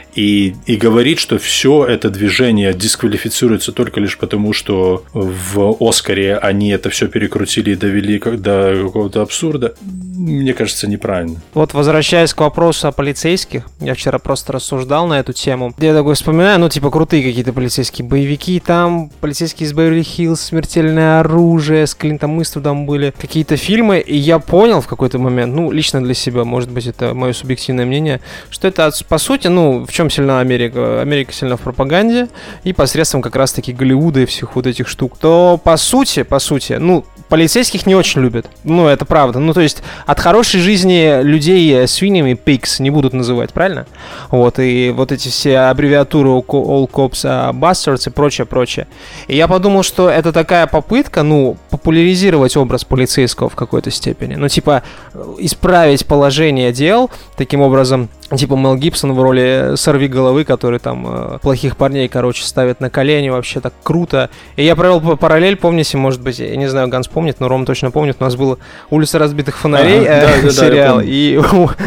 И, и говорить, что все это движение дисквалифицируется только лишь потому, что в Оскаре они это все перекрутили и довели до какого-то абсурда, мне кажется, неправильно. Вот возвращаясь к вопросу о полицейских, я вчера просто рассуждал на эту тему. Я такой вспоминаю, ну, типа, крутые какие-то полицейские боевики, там, полицейские из Беверли-Хиллз, «Смертельное оружие», с Клинтом Иствудом были какие-то фильмы, и я понял в какой-то момент, ну, лично для себя, может быть, это мое субъективное мнение, что это, по сути, ну, в чем сильна Америка? Америка сильна в пропаганде и посредством как раз-таки Голливуда и всех вот этих штук. То, по сути, по сути, ну, полицейских не очень любят. Ну, это правда. Ну, то есть, от хорошей жизни людей свиньями pigs не будут называть, правильно? Вот, и вот эти все аббревиатуры All Cops Bastards и прочее, прочее. И я подумал, что это такая попытка, ну, популяризировать образ полицейского в какой-то степени. Ну, типа, исправить положение дел, таким образом, типа Мел Гибсон в роли сорвиголовы, который там э, плохих парней, короче, ставит на колени, вообще так круто. И я провел параллель, помните, может быть, я не знаю, Ганс помнит, но Ром точно помнит, у нас была «Улица разбитых фонарей», ага, э, да, да, сериал, да, и,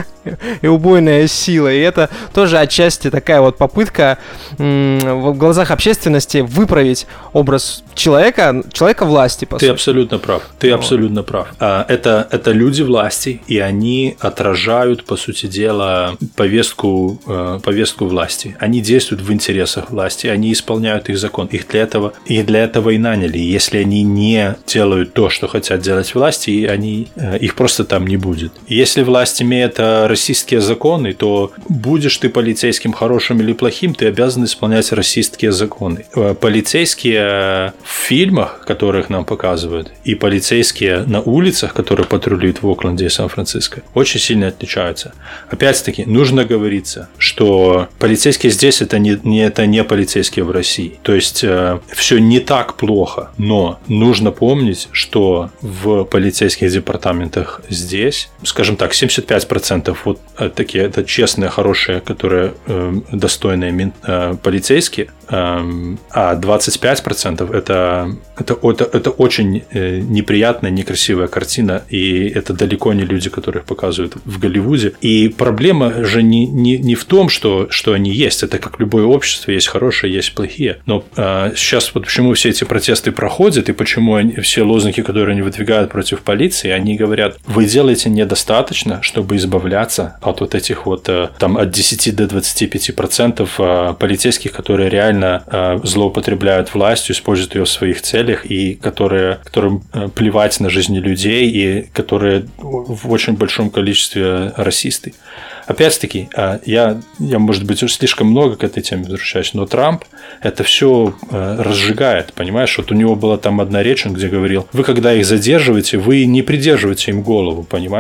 и «Убойная сила». И это тоже отчасти такая вот попытка м- в глазах общественности выправить образ человека, человека власти, по Ты сути. абсолютно прав, ты вот. абсолютно прав. Это, это люди власти, и они отражают, по сути дела, повестку, повестку власти. Они действуют в интересах власти, они исполняют их закон. Их для этого, их для этого и наняли. И если они не делают то, что хотят делать власти, они, их просто там не будет. И если власть имеет расистские законы, то будешь ты полицейским хорошим или плохим, ты обязан исполнять расистские законы. Полицейские в фильмах, которых нам показывают, и полицейские на улицах, которые патрулируют в Окленде и Сан-Франциско, очень сильно отличаются. Опять-таки, нужно говориться, что полицейские здесь это не, не, это не полицейские в России. То есть, э, все не так плохо, но нужно помнить, что в полицейских департаментах здесь, скажем так, семьдесят пять процентов вот такие, это честные, хорошие, которые э, достойные э, полицейские, э, а двадцать пять процентов это, это, это, это очень э, неприятная, некрасивая картина, и это далеко не люди, которых показывают в Голливуде. И проблема же не, не, не в том, что, что они есть. Это как любое общество, есть хорошие, есть плохие. Но э, сейчас вот почему все эти протесты проходят, и почему они, все лозунги, которые они выдвигают против полиции, они говорят, вы делаете недостаточно, чтобы избавляться от вот этих вот э, там от десяти до двадцати пяти процентов э, полицейских, которые реально э, злоупотребляют властью, используют ее в своих целях, и которые, которым э, плевать на жизни людей, и которые в очень большом количестве расисты. Опять-таки, я, я, может быть, уже слишком много к этой теме возвращаюсь, но Трамп это все разжигает, понимаешь? Вот у него была там одна речь, где говорил, вы когда их задерживаете, вы не придерживаете им голову, понимаешь?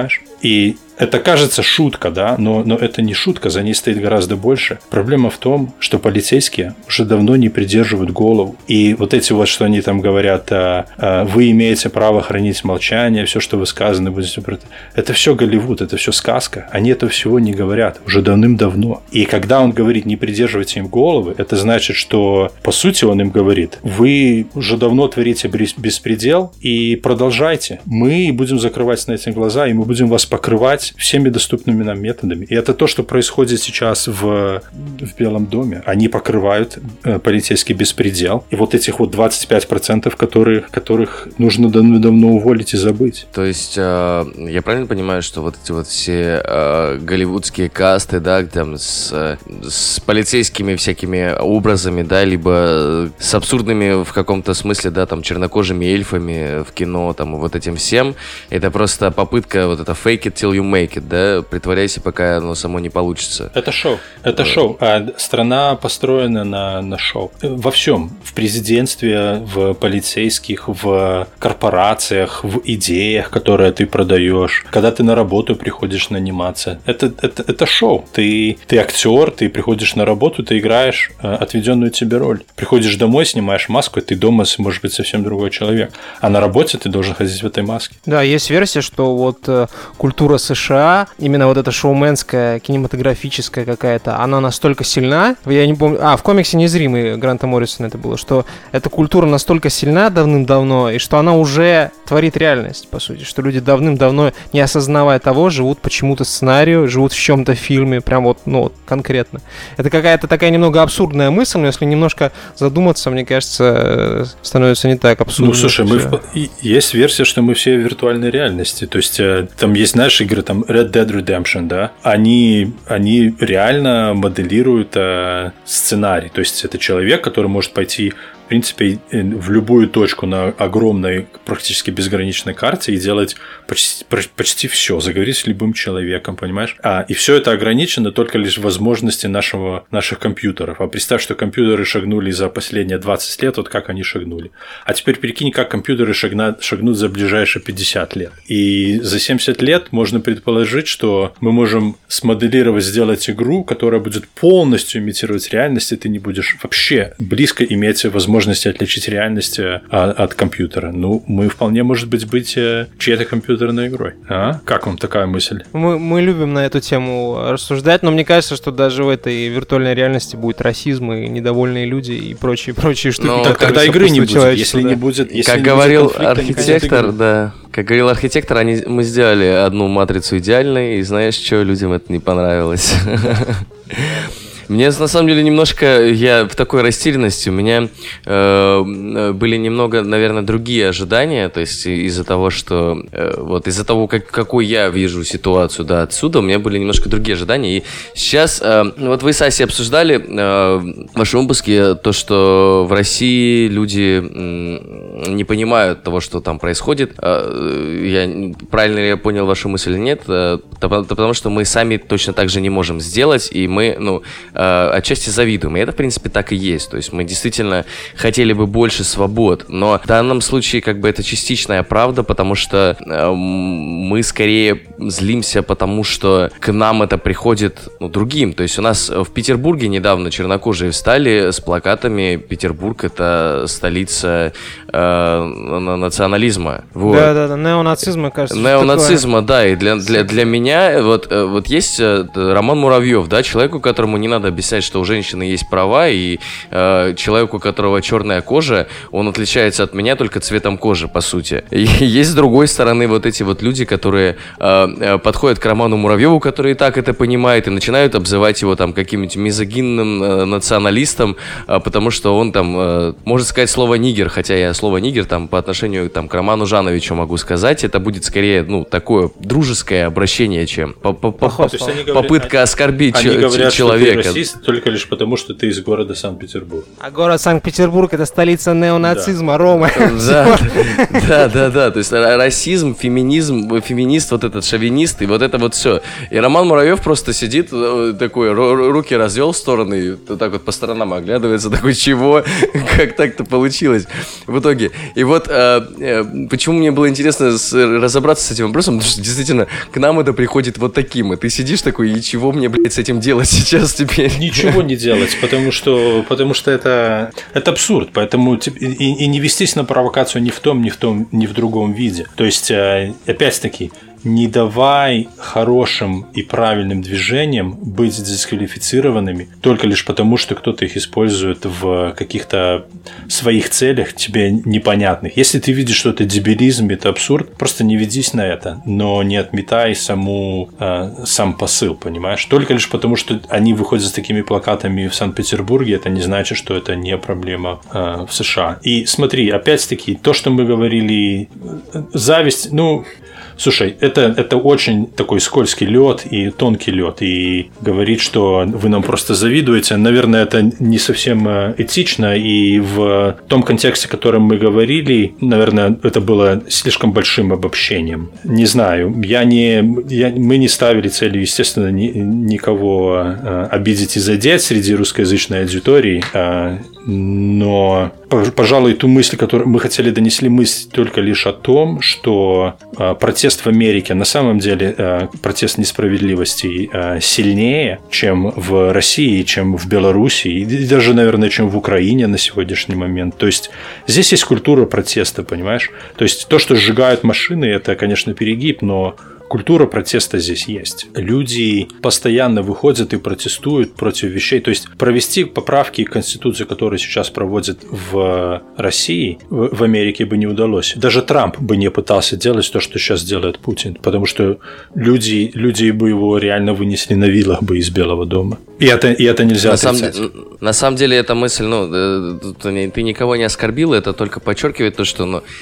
И это кажется шутка, да, но, но это не шутка, за ней стоит гораздо больше. Проблема в том, что полицейские уже давно не придерживают голову. И вот эти вот, что они там говорят, а, а, вы имеете право хранить молчание, все, что вы сказаны, будете... Это все Голливуд, это все сказка. Они этого всего не говорят уже давным-давно. И когда он говорит, не придерживайте им головы, это значит, что, по сути, он им говорит, вы уже давно творите беспредел и продолжайте. Мы будем закрывать на эти глаза, и мы будем вас покрывать всеми доступными нам методами. И это то, что происходит сейчас в, в Белом доме. Они покрывают э, полицейский беспредел. И вот этих вот двадцать пять процентов, которых, которых нужно давно уволить и забыть. То есть, э, я правильно понимаю, что вот эти вот все э, голливудские касты, да, там с, с полицейскими всякими образами, да, либо с абсурдными в каком-то смысле, да, там, чернокожими эльфами в кино, там, вот этим всем, это просто попытка вот это fake it till you make it, да, притворяйся, пока оно само не получится. Это шоу, это да. шоу, а страна построена на, на шоу. Во всем, в президентстве, в полицейских, в корпорациях, в идеях, которые ты продаешь, когда ты на работу приходишь наниматься, это, это, это шоу. Ты, ты актер, ты приходишь на работу, ты играешь отведенную тебе роль. Приходишь домой, снимаешь маску, и ты дома можешь быть совсем другой человек. А на работе ты должен ходить в этой маске. Да, есть версия, что вот э, культура США, именно вот эта шоуменская, кинематографическая какая-то, она настолько сильна, я не помню, а, в комиксе «Незримый» Гранта Моррисона это было, что эта культура настолько сильна давным-давно, и что она уже творит реальность, по сути, что люди давным-давно, не осознавая того, живут почему-то сценарию, живут в чем-то фильме, прям вот, ну, вот, конкретно. Это какая-то такая немного абсурдная мысль, но если немножко задуматься, мне кажется, становится не так абсурдно. Ну, слушай, мы в... есть версия, что мы все в виртуальной реальности, то есть там есть, знаешь, игры, там Red Dead Redemption, да, они, они реально моделируют э, сценарий, то есть это человек, который может пойти в принципе, в любую точку на огромной, практически безграничной карте и делать почти, почти все, заговорить с любым человеком, понимаешь? А, и все это ограничено только лишь возможности нашего, наших компьютеров. А представь, что компьютеры шагнули за последние двадцать лет, вот как они шагнули. А теперь прикинь, как компьютеры шагнут, шагнут за ближайшие пятьдесят лет. И за семьдесят лет можно предположить, что мы можем смоделировать, сделать игру, которая будет полностью имитировать реальность, и ты не будешь вообще близко иметь возможность возможности отличить реальность от компьютера. Ну, мы вполне, может быть, быть чьей-то компьютерной игрой. А? Как вам такая мысль? Мы, мы любим на эту тему рассуждать, но мне кажется, что даже в этой виртуальной реальности будет расизм и недовольные люди и прочие-прочие штуки. Но тогда игры не будет, если не будет... Если как не говорил будет архитектор, да... Как говорил архитектор, они, мы сделали одну матрицу идеальной, и знаешь, что людям это не понравилось. Мне, на самом деле, немножко, я в такой растерянности, у меня э, были немного, наверное, другие ожидания, то есть из-за того, что, э, вот из-за того, как, какой я вижу ситуацию, да, отсюда, у меня были немножко другие ожидания, и сейчас, э, вот вы с Асей обсуждали э, в вашем выпуске то, что в России люди э, не понимают того, что там происходит, э, я, правильно ли я понял вашу мысль или нет, э, потому что мы сами точно так же не можем сделать, и мы, ну, отчасти завидуем. И это, в принципе, так и есть. То есть мы действительно хотели бы больше свобод. Но в данном случае как бы это частичная правда, потому что э, мы скорее злимся, потому что к нам это приходит, ну, другим. То есть у нас в Петербурге недавно чернокожие встали с плакатами «Петербург — это столица э, национализма». Вот. Да-да-да, неонацизма, кажется. Неонацизма, да. И для, для, для меня вот, вот есть Роман Муравьев, да, человеку, которому не надо объяснять, что у женщины есть права, и э, человеку, у которого черная кожа, он отличается от меня только цветом кожи, по сути. И есть с другой стороны вот эти вот люди, которые э, подходят к Роману Муравьеву, который и так это понимает, и начинают обзывать его там каким-нибудь мизогинным э, националистом, э, потому что он там э, может сказать слово «нигер», хотя я слово «нигер» там по отношению там, к Роману Жановичу могу сказать, это будет скорее, ну, такое дружеское обращение, чем по- по- по- попытка оскорбить ч- человека. расист только лишь потому, что ты из города Санкт-Петербург. А город Санкт-Петербург — это столица неонацизма, да. Рома. Да, да, да, да. То есть расизм, феминизм, феминист, вот этот шовинист, и вот это вот все. И Роман Муравьев просто сидит такой, руки развел в стороны, так вот по сторонам оглядывается, такой, чего? Как так-то получилось в итоге? И вот почему мне было интересно разобраться с этим вопросом, потому что действительно к нам это приходит вот таким, и ты сидишь такой, и чего мне, блядь, с этим делать сейчас теперь? Ничего не делать, потому что, потому что это, это абсурд, поэтому и, и не вестись на провокацию ни в том, ни в том, ни в другом виде. То есть, опять-таки, не давай хорошим и правильным движениям быть дисквалифицированными только лишь потому, что кто-то их использует в каких-то своих целях тебе непонятных. Если ты видишь, что это дебилизм, это абсурд, просто не ведись на это, но не отметай саму, э, сам посыл, понимаешь? Только лишь потому, что они выходят с такими плакатами в Санкт-Петербурге, это не значит, что это не проблема э, в США. И смотри, опять-таки, то, что мы говорили, зависть, ну... Слушай, это, это очень такой скользкий лед и тонкий лед. И говорить, что вы нам просто завидуете, наверное, это не совсем этично. И в том контексте, о котором мы говорили, наверное, это было слишком большим обобщением. Не знаю, я не, я, мы не ставили целью, естественно, ни, никого обидеть и задеть среди русскоязычной аудитории. Но, пожалуй, ту мысль, которую мы хотели донесли, мысль только лишь о том, что протест в Америке, на самом деле протест несправедливости сильнее, чем в России, чем в Беларуси, и даже, наверное, чем в Украине на сегодняшний момент. То есть здесь есть культура протеста, понимаешь? То есть то, что сжигают машины, это, конечно, перегиб, но культура протеста здесь есть. Люди постоянно выходят и протестуют против вещей. То есть провести поправки к Конституции, которые сейчас проводят в России, в Америке бы не удалось. Даже Трамп бы не пытался делать то, что сейчас делает Путин, потому что люди, люди бы его реально вынесли на вилах бы из Белого дома. И это, и это нельзя на отрицать. Самом, на самом деле эта мысль, ну, ты никого не оскорбил, это только подчеркивает то, что ну,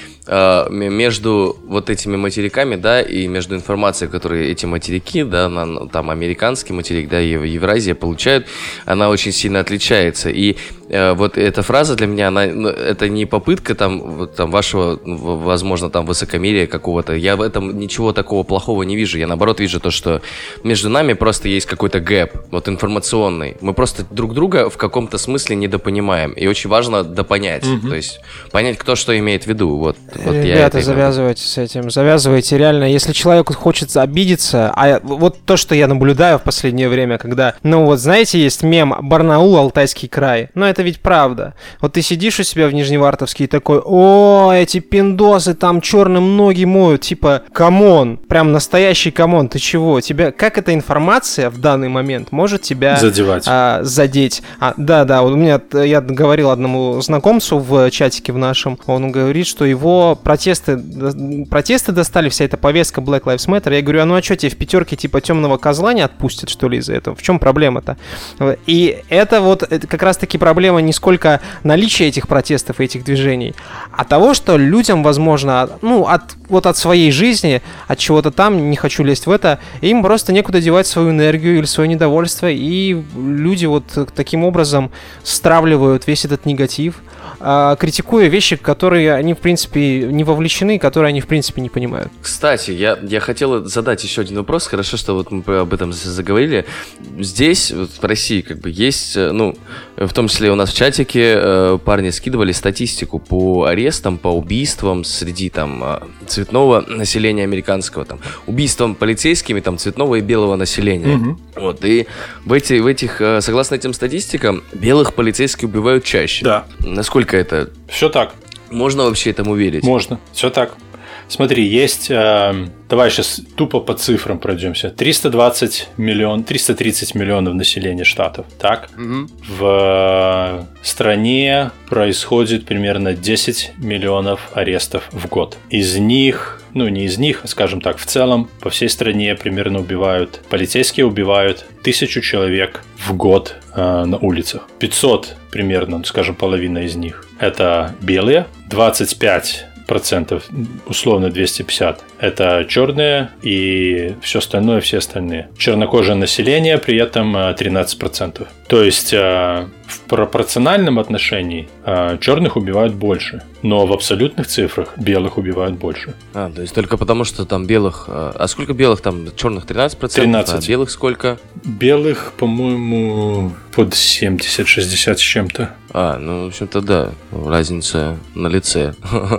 между вот этими материками, да, и между информацией, которую эти материки, да, там американский материк, да, и Евразия получают, она очень сильно отличается. И э, вот эта фраза для меня, она, ну, это не попытка там, вот, там вашего, возможно, там высокомерия какого-то. Я в этом ничего такого плохого не вижу. Я наоборот вижу то, что между нами просто есть какой-то гэп, вот информационный. Мы просто друг друга в каком-то смысле недопонимаем. И очень важно допонять. Mm-hmm. То есть понять, кто что имеет в виду. Вот, вот Ребята, я завязывайте с этим. Завязывайте реально. Если человеку хочется обидеться, а вот то, что я наблюдаю в последнее время, когда, ну вот знаете, есть мем Барнаул, Алтайский край. Но это ведь правда. Вот ты сидишь у себя в Нижневартовске и такой: о, эти пиндосы там черным ноги моют. Типа, камон, прям настоящий камон. Ты чего? Тебя, как эта информация в данный момент может тебя задевать? А, задеть. А, да, да, вот у меня, я говорил одному знакомцу в чатике в нашем, он говорит, что его протесты, протесты достали, вся эта повестка Black Lives Matter. Я говорю, а ну а что, тебе в пятерке типа темного козла не отпустят, что ли, из-за этого? В чем проблема-то? И это вот это как раз-таки проблема не сколько наличия этих протестов и этих движений, а того, что людям, возможно, ну, от, вот от своей жизни, от чего-то там, не хочу лезть в это, им просто некуда девать свою энергию или свое недовольство, и люди вот таким образом стравливают весь этот негатив, критикуя вещи, которые они, в принципе, не вовлечены, которые они, в принципе, не понимают. Кстати, я, я хотел задать еще один вопрос. Хорошо, что вот мы об этом заговорили. Здесь, вот в России, как бы есть, ну, в том числе у нас в чатике парни скидывали статистику по арестам, по убийствам среди там цветного населения американского, там, убийствам полицейскими, там, цветного и белого населения. Mm-hmm. Вот, и в, эти, в этих, согласно этим статистикам, белых полицейских убивают чаще. Да. Насколько это... Все так. Можно вообще этому верить? Можно, все так. Смотри, есть, э, давай сейчас тупо по цифрам пройдемся. триста двадцать миллионов, триста тридцать миллионов населения штатов, так? Mm-hmm. В стране происходит примерно десять миллионов арестов в год. Из них, ну не из них, скажем так, в целом по всей стране примерно убивают, полицейские убивают тысячу человек в год э, на улицах. пятьсот примерно, скажем, половина из них это белые, двадцать пять процентов, условно двести пятьдесят, это черные, и все остальное, все остальные. Чернокожее население при этом тринадцать процентов. То есть в пропорциональном отношении черных убивают больше, но в абсолютных цифрах белых убивают больше. А, то есть только потому, что там белых... А сколько белых там? Черных тринадцать процентов? тринадцать. А белых сколько? Белых, по-моему, под семьдесят-шестьдесят с чем-то. А, ну, в общем-то, да, разница на лице.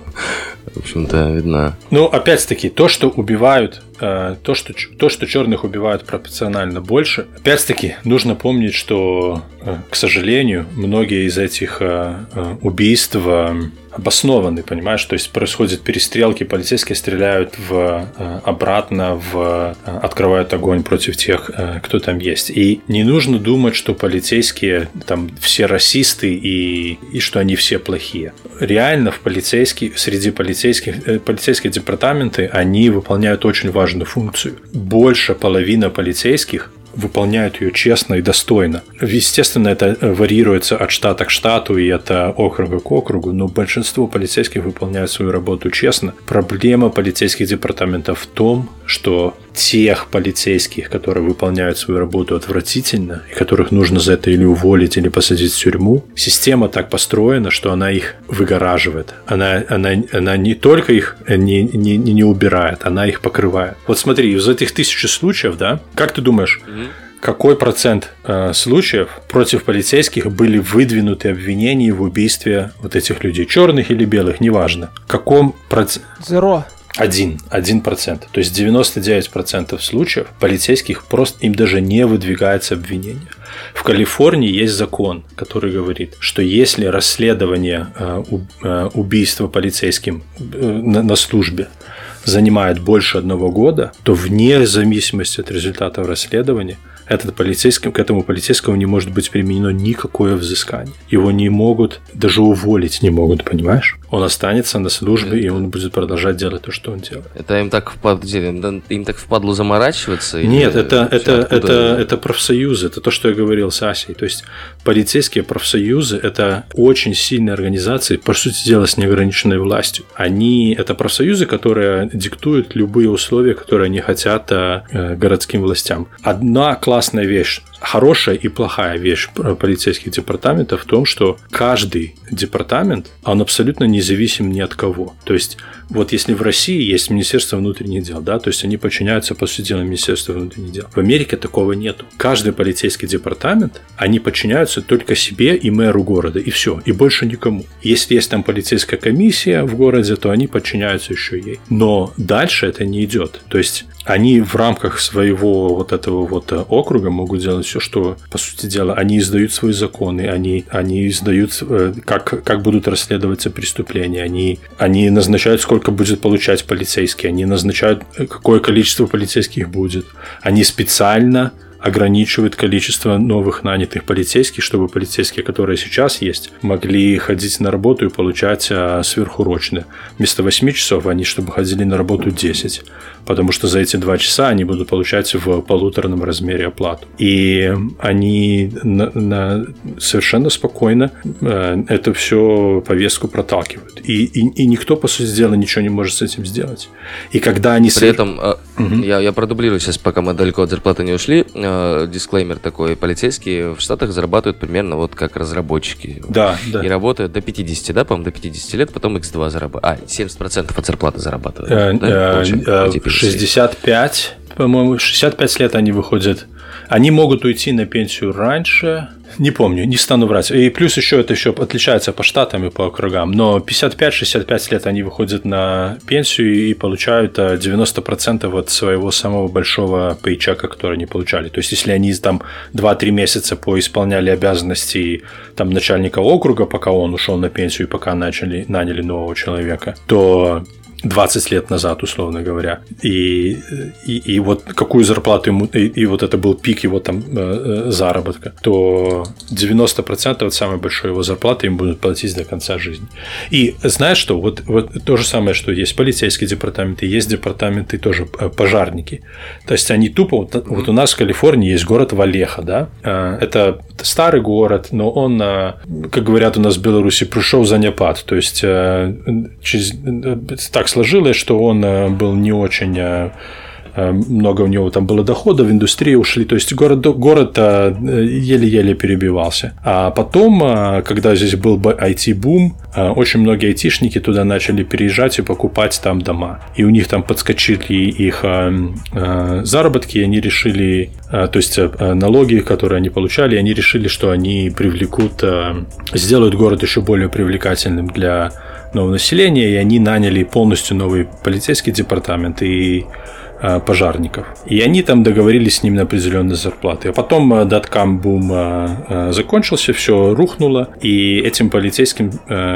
В общем-то, видна. Ну, опять-таки, то, что убивают, э, то, что, то, что черных убивают пропорционально больше, опять-таки, нужно помнить, что, э, к сожалению, многие из этих э, э, убийств э, обоснованы, понимаешь? То есть происходят перестрелки, полицейские стреляют в, э, обратно, в, э, открывают огонь против тех, э, кто там есть. И не нужно думать, что полицейские там все расисты и, и что они все плохие. Реально в полицейских, среди полицейских полицейские департаменты, они выполняют очень важную функцию. Больше половины полицейских выполняют ее честно и достойно. Естественно, это варьируется от штата к штату и от округа к округу, но большинство полицейских выполняют свою работу честно. Проблема полицейских департаментов в том, что тех полицейских, которые выполняют свою работу отвратительно, и которых нужно за это или уволить, или посадить в тюрьму, система так построена, что она их выгораживает. Она, она, она не только их не, не, не убирает, она их покрывает. Вот смотри, из этих тысячи случаев, да, как ты думаешь, mm-hmm. какой процент э, случаев против полицейских были выдвинуты обвинения в убийстве вот этих людей, черных или белых, неважно. В каком проценте? Зеро. Один, один процент. То есть девяносто девять процентов случаев полицейских просто им даже не выдвигается обвинение. В Калифорнии есть закон, который говорит, что если расследование э, э, убийства полицейским э, на, на службе занимает больше одного года, то вне зависимости от результатов расследования этот полицейский, к этому полицейскому не может быть применено никакое взыскание. Его не могут, даже уволить не могут, понимаешь? Он останется на службе, и он будет продолжать делать то, что он делает. Это им так впадло, им так впадло заморачиваться? Нет, это, это, это, это профсоюзы, это то, что я говорил с Асей. То есть полицейские профсоюзы – это очень сильные организации, по сути дела, с неограниченной властью. Они – это профсоюзы, которые диктуют любые условия, которые они хотят э, городским властям. Одна классная вещь, хорошая и плохая вещь полицейских департаментов в том, что каждый департамент, он абсолютно независим ни от кого. То есть, вот если в России есть Министерство внутренних дел, да, то есть они подчиняются, по сути дела, Министерству внутренних дел. В Америке такого нету. Каждый полицейский департамент, они подчиняются только себе и мэру города, и все, и больше никому. Если есть там полицейская комиссия в городе, то они подчиняются еще ей. Но дальше это не идет. То есть, они в рамках своего вот этого вот округа могут делать все, что, по сути дела, они издают свои законы, они, они издают, как, как будут расследоваться преступления, они, они назначают, сколько будет получать полицейский, они назначают, какое количество полицейских будет. Они специально ограничивает количество новых нанятых полицейских, чтобы полицейские, которые сейчас есть, могли ходить на работу и получать а, сверхурочные. Вместо восьми часов они, чтобы ходили на работу десять, потому что за эти два часа они будут получать в полуторном размере оплату. И они на, на, совершенно спокойно э, это все повестку проталкивают. И, и, и никто, по сути дела, ничего не может с этим сделать. И когда они... При этом, э, угу. я, я продублирую сейчас, пока мы далеко от зарплаты не ушли, дисклеймер такой: полицейские в Штатах зарабатывают примерно вот как разработчики. Да, да. И работают до пятидесяти, да, по-моему, до пятидесяти лет, потом икс два зарабатывают. А, семьдесят процентов от зарплаты зарабатывают. Э, да? э, э, шестьдесят пять, по-моему, шестьдесят пять лет они выходят. Они могут уйти на пенсию раньше. Не помню, не стану врать. И плюс еще это еще отличается по штатам и по округам. Но пятьдесят пять - шестьдесят пять лет они выходят на пенсию и получают девяносто процентов от своего самого большого пейчека, который они получали. То есть, если они там два-три месяца поисполняли обязанности там, начальника округа, пока он ушел на пенсию и пока начали, наняли нового человека, то двадцать лет назад, условно говоря. И, и, и вот какую зарплату ему, и, и вот это был пик его там э, заработка, то девяносто процентов от самой большой его зарплаты им будут платить до конца жизни. И знаешь что, вот, вот то же самое, что есть полицейские департаменты, есть департаменты тоже пожарники. То есть они тупо, вот, вот у нас в Калифорнии есть город Валеха, да, это старый город, но он, как говорят у нас в Беларуси, пришел занепад, то есть через, так сложилось, что он был не очень... много у него там было доходов, в индустрии ушли, то есть город, город еле-еле перебивался. А потом, когда здесь был ай ти-бум, очень многие айтишники туда начали переезжать и покупать там дома. И у них там подскочили их заработки, и они решили, то есть налоги, которые они получали, они решили, что они привлекут, сделают город еще более привлекательным для нового населения, и они наняли полностью новый полицейский департамент и пожарников. И они там договорились с ним на определенные зарплаты. А потом даткам бум закончился, все рухнуло, и этим полицейским,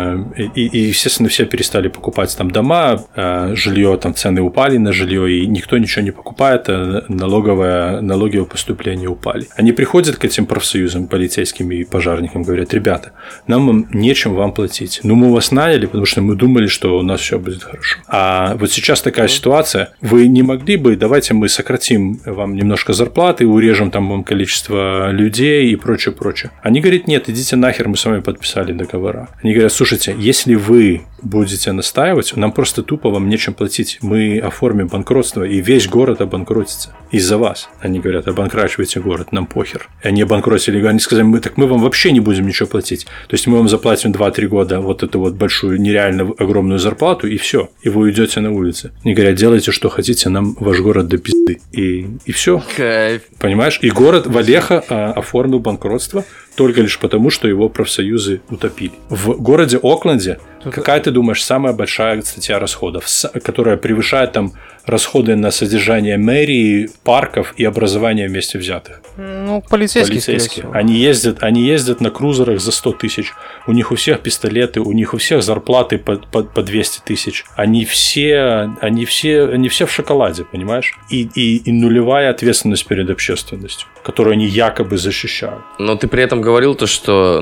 и, и, естественно, все перестали покупать там дома, жилье, там цены упали на жилье, и никто ничего не покупает, налоговое, налоговое поступление упали. Они приходят к этим профсоюзам, полицейским и пожарникам, говорят: ребята, нам нечем вам платить. Ну, мы вас наняли, потому что мы думали, что у нас все будет хорошо. А вот сейчас такая ситуация, вы не могли бы, давайте мы сократим вам немножко зарплаты, урежем там вам количество людей и прочее, прочее. Они говорят: нет, идите нахер, мы с вами подписали договора. Они говорят: слушайте, если вы будете настаивать, нам просто тупо вам нечем платить. Мы оформим банкротство, и весь город обанкротится из-за вас. Они говорят: обанкрачивайте город, нам похер. И они обанкротили, они сказали: мы, так мы вам вообще не будем ничего платить. То есть мы вам заплатим два-три года вот эту вот большую, нереально огромную зарплату, и все. И вы уйдете на улицы. Они говорят: делайте, что хотите, нам ваш город до пизды. И, и все. Кайф. Понимаешь? И город Валеха а, оформил банкротство только лишь потому, что его профсоюзы утопили. В городе Окленде, какая, ты думаешь, самая большая статья расходов, которая превышает там расходы на содержание мэрии, парков и образования вместе взятых? Ну, полицейские. Полицейские. Они ездят, они ездят на крузерах за сто тысяч. У них у всех пистолеты, у них у всех зарплаты по, по, по двести тысяч. Они все, они, все, они все в шоколаде, понимаешь? И, и, и нулевая ответственность перед общественностью, которую они якобы защищают. Но ты при этом говорил то, что,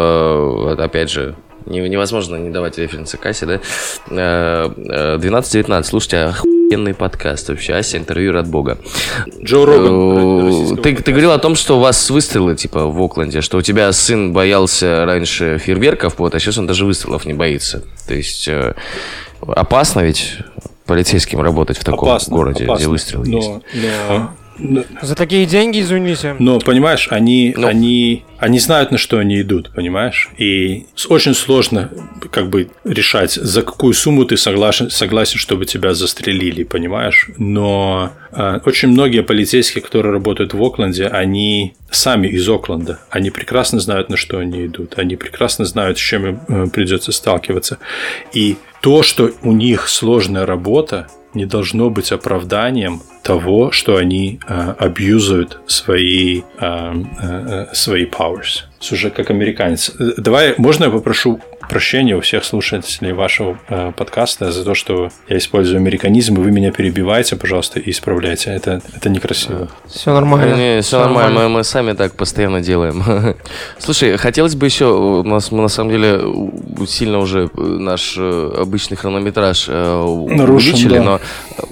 ну, э, опять же, невозможно не давать референсы к Асе, да? двенадцать девятнадцать, слушайте, охуенный подкаст вообще, Ася, интервью от Бога. Джо Роган. Ты, ты говорил о том, что у вас выстрелы, типа, в Окленде, что у тебя сын боялся раньше фейерверков, вот, а сейчас он даже выстрелов не боится. То есть, э, опасно ведь полицейским работать в таком опасно, городе, опасно, где выстрелы но, есть. Но... За такие деньги, извините. Но, понимаешь, они, ну. они, они знают, на что они идут, понимаешь? И очень сложно как бы решать, за какую сумму ты согласен, согласен чтобы тебя застрелили, понимаешь? Но э, очень многие полицейские, которые работают в Окленде, они сами из Окленда. Они прекрасно знают, на что они идут. Они прекрасно знают, с чем им э, придется сталкиваться. И то, что у них сложная работа, не должно быть оправданием того, что они э, абьюзуют свои, э, э, свои powers. Слушай, как американец. Давай, можно я попрошу прощения у всех слушателей вашего э, подкаста за то, что я использую американизм, и вы меня перебиваете, пожалуйста, и исправляйте. Это, это некрасиво. Все нормально. Не, все нормально, нормально. Мы, мы сами так постоянно делаем. Слушай, хотелось бы еще, у нас мы на самом деле сильно уже наш обычный хронометраж увеличили, да. Но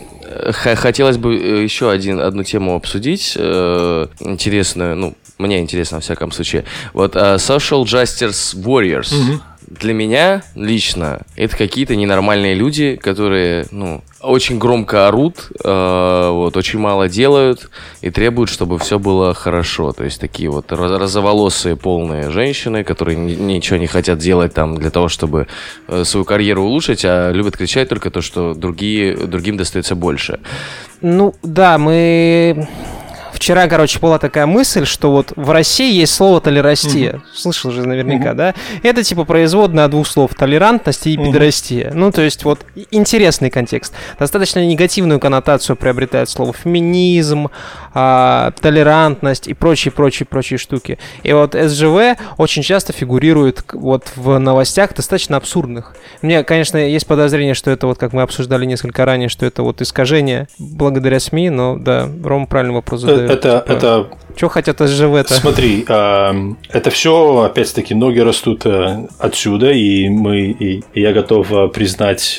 хотелось бы еще один, одну тему обсудить, интересную, ну, мне интересно, во всяком случае. Вот uh, Social Justice Warriors. Mm-hmm. Для меня лично это какие-то ненормальные люди, которые, ну, очень громко орут, э, вот, очень мало делают и требуют, чтобы все было хорошо. То есть такие вот розоволосые полные женщины, которые ни, ничего не хотят делать там для того, чтобы э, свою карьеру улучшить, а любят кричать только то, что другие, другим достается больше. Ну, да, мы... Вчера, короче, была такая мысль, что вот в России есть слово «толерастия». Uh-huh. Слышал же наверняка, uh-huh. да? Это типа производная от двух слов: толерантность и педерастия. Uh-huh. Ну, то есть вот интересный контекст. Достаточно негативную коннотацию приобретает слово «феминизм», а, толерантность и прочие-прочие-прочие штуки. И вот эс джи ви очень часто фигурирует вот в новостях достаточно абсурдных. У меня, конечно, есть подозрение, что это вот, как мы обсуждали несколько ранее, что это вот искажение благодаря СМИ, но да, Рома правильный вопрос задает. Это, типа, это... Что хотят эс джи ви-то? Смотри, это все, опять-таки, ноги растут отсюда, и мы, и я готов признать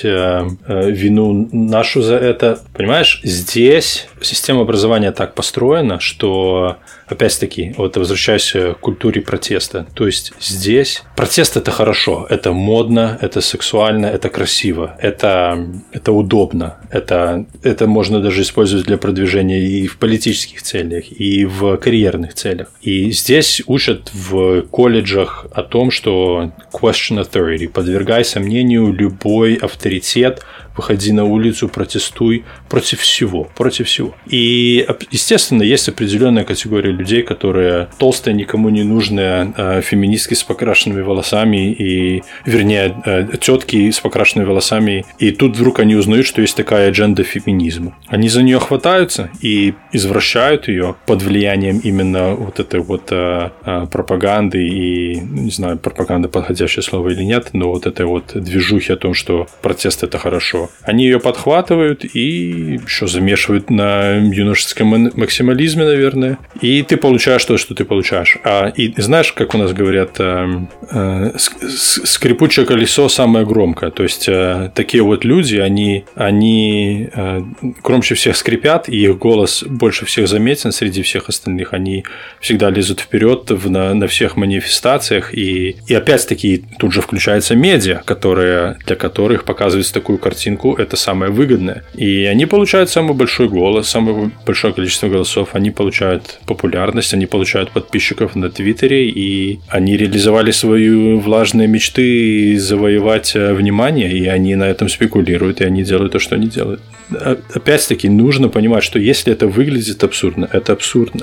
вину нашу за это. Понимаешь, здесь система образования так построена, что, опять-таки, вот возвращаясь к культуре протеста, то есть здесь протест – это хорошо, это модно, это сексуально, это красиво, это, это удобно, это, это можно даже использовать для продвижения и в политических целях, и в карьерных целях. И здесь учат в колледжах о том, что question authority, подвергай сомнению любой авторитет, выходи на улицу, протестуй против всего, против всего. И, естественно, есть определенная категория людей, которые толстые, никому не нужные феминистки с покрашенными волосами, и, вернее, тетки с покрашенными волосами, и тут вдруг они узнают, что есть такая адженда феминизма. Они за нее хватаются и извращают ее под влиянием именно вот этой вот пропаганды и, не знаю, пропаганда подходящее слово или нет, но вот этой вот движухи о том, что протест – это хорошо. Они ее подхватывают и еще замешивают на юношеском максимализме, наверное. И ты получаешь то, что ты получаешь. А, и знаешь, как у нас говорят, э, э, скрипучее колесо самое громкое. То есть, э, такие вот люди, они, они э, громче всех скрипят, и их голос больше всех заметен среди всех остальных. Они всегда лезут вперед в, на, на всех манифестациях. И, и опять-таки тут же включается медиа, которые, для которых показывается такую картинку, это самое выгодное. И они получают самый большой голос, самое большое количество голосов, они получают популярность, они получают подписчиков на Твиттере, и они реализовали свои влажные мечты завоевать внимание, и они на этом спекулируют, и они делают то, что они делают. Опять-таки, нужно понимать, что если это выглядит абсурдно, это абсурдно.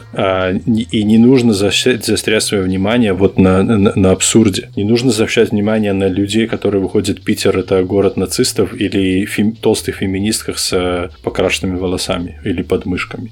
И не нужно заострять свое внимание вот на, на, на абсурде. Не нужно заострять внимание на людей, которые выходят в Питер, это город нацистов, или фем, толстых феминистках с покрашенными волосами или подмышками.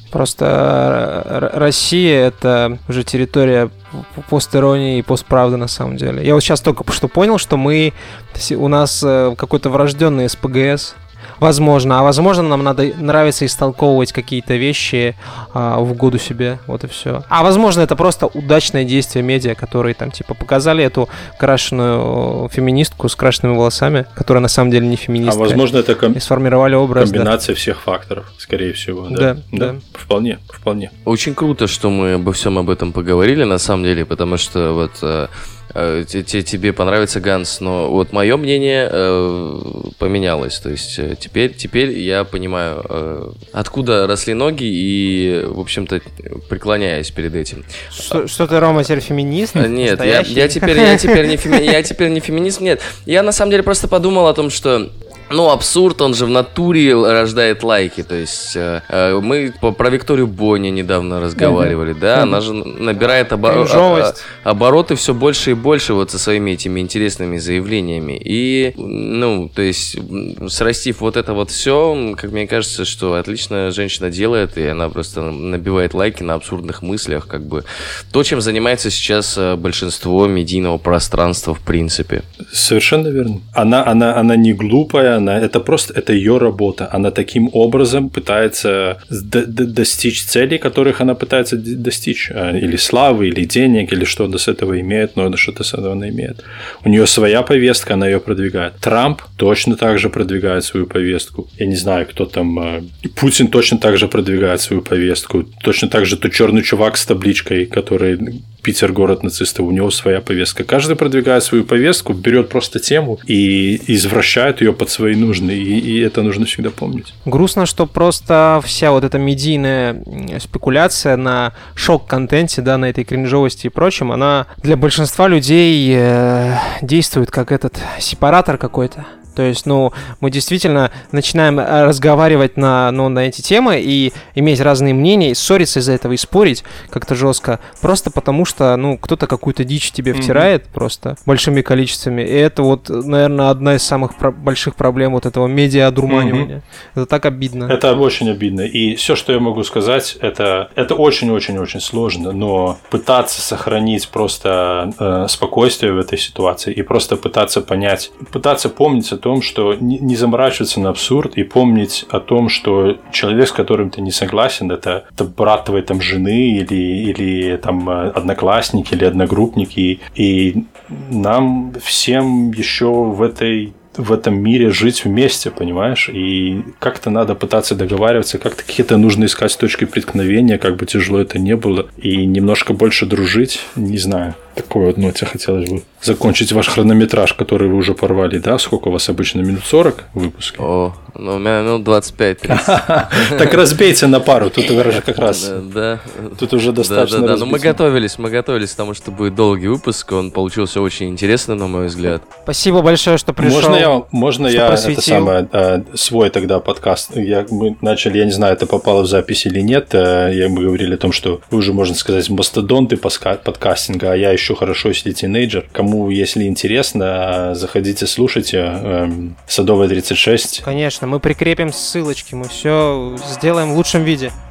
Просто Россия – это уже территория постиронии и постправды на самом деле. Я вот сейчас только что понял, что мы, у нас какой-то врожденный эс пэ гэ эс. Возможно, а возможно, нам надо нравится истолковывать какие-то вещи а, в угоду себе, вот и все. А возможно, это просто удачное действие медиа, которые там типа показали эту крашеную феминистку с крашенными волосами, которая на самом деле не феминистка. А возможно, это ком... и сформировали образ. Комбинация да. всех факторов, скорее всего. Да, да, да. да. Вполне, вполне. Очень круто, что мы обо всем об этом поговорили, на самом деле, потому что вот... тебе понравится Ганс, но вот мое мнение э, поменялось. То есть теперь, теперь я понимаю, э, откуда росли ноги, и, в общем-то, преклоняюсь перед этим. Что, что ты, Рома, теперь феминист? Нет, я, я, теперь, я, теперь не феми... я теперь не феминист. Нет, я на самом деле просто подумал о том, что ну, абсурд, он же в натуре рождает лайки. То есть э, мы по, про Викторию Бони недавно разговаривали, mm-hmm. да, mm-hmm. она же набирает обо- о- обороты все больше и больше вот со своими этими интересными заявлениями. И, ну, то есть, срастив вот это вот все, как мне кажется, что отлично женщина делает, и она просто набивает лайки на абсурдных мыслях, как бы то, чем занимается сейчас большинство медийного пространства в принципе. Совершенно верно. Она, она, она не глупая, она, это просто это ее работа. Она таким образом пытается д- д- достичь целей, которых она пытается д- достичь. Или славы, или денег, или что-то с этого имеет, но что-то с этого она имеет. У нее своя повестка, она ее продвигает. Трамп точно так же продвигает свою повестку. Я не знаю, кто там... Путин точно так же продвигает свою повестку. Точно так же тот черный чувак с табличкой, который... Питер, город нацистов, у него своя повестка. Каждый продвигает свою повестку, берет просто тему и извращает ее под свои нужды. И, и это нужно всегда помнить. Грустно, что просто вся вот эта медийная спекуляция на шок-контенте, да, на этой кринжовости и прочем, она для большинства людей э, действует как этот сепаратор какой-то. То есть, ну, мы действительно начинаем разговаривать на, ну, на эти темы и иметь разные мнения, и ссориться из-за этого, и спорить как-то жестко, просто потому что, ну, кто-то какую-то дичь тебе втирает mm-hmm. просто большими количествами. И это вот, наверное, одна из самых про- больших проблем вот этого медиа-одурманивания. Mm-hmm. Это так обидно. Это очень обидно. И все, что я могу сказать, это, это очень-очень-очень сложно, но пытаться сохранить просто э, спокойствие в этой ситуации и просто пытаться понять, пытаться помнить о том, что не, не заморачиваться на абсурд и помнить о том, что человек, с которым ты не согласен, это, это брат твоей там жены или, или там одноклассник или одногруппник, и, и нам всем еще в этой в этом мире жить вместе, понимаешь? И как-то надо пытаться договариваться, как-то какие-то нужно искать точки преткновения, как бы тяжело это не было, и немножко больше дружить, не знаю. Такой вот ноте хотелось бы закончить ваш хронометраж, который вы уже порвали, да? Сколько у вас обычно? Минут сорок выпуска? О, ну у меня минут двадцать пять-тридцать. Так разбейте на пару, тут уже как раз. Да. Тут уже достаточно. Да, да, да. Но мы готовились, мы готовились к тому, что будет долгий выпуск, он получился очень интересным, на мой взгляд. Спасибо большое, что пришел. Можно я, можно я это самое, свой тогда подкаст? Я, мы начали, я не знаю, это попало в запись или нет. Я, мы говорили о том, что вы уже, можно сказать, мастодонты подкастинга, а я еще хорошо, если тинейджер. Кому, если интересно, заходите, слушайте. Садовая тридцать шесть. Конечно, мы прикрепим ссылочки, мы все сделаем в лучшем виде.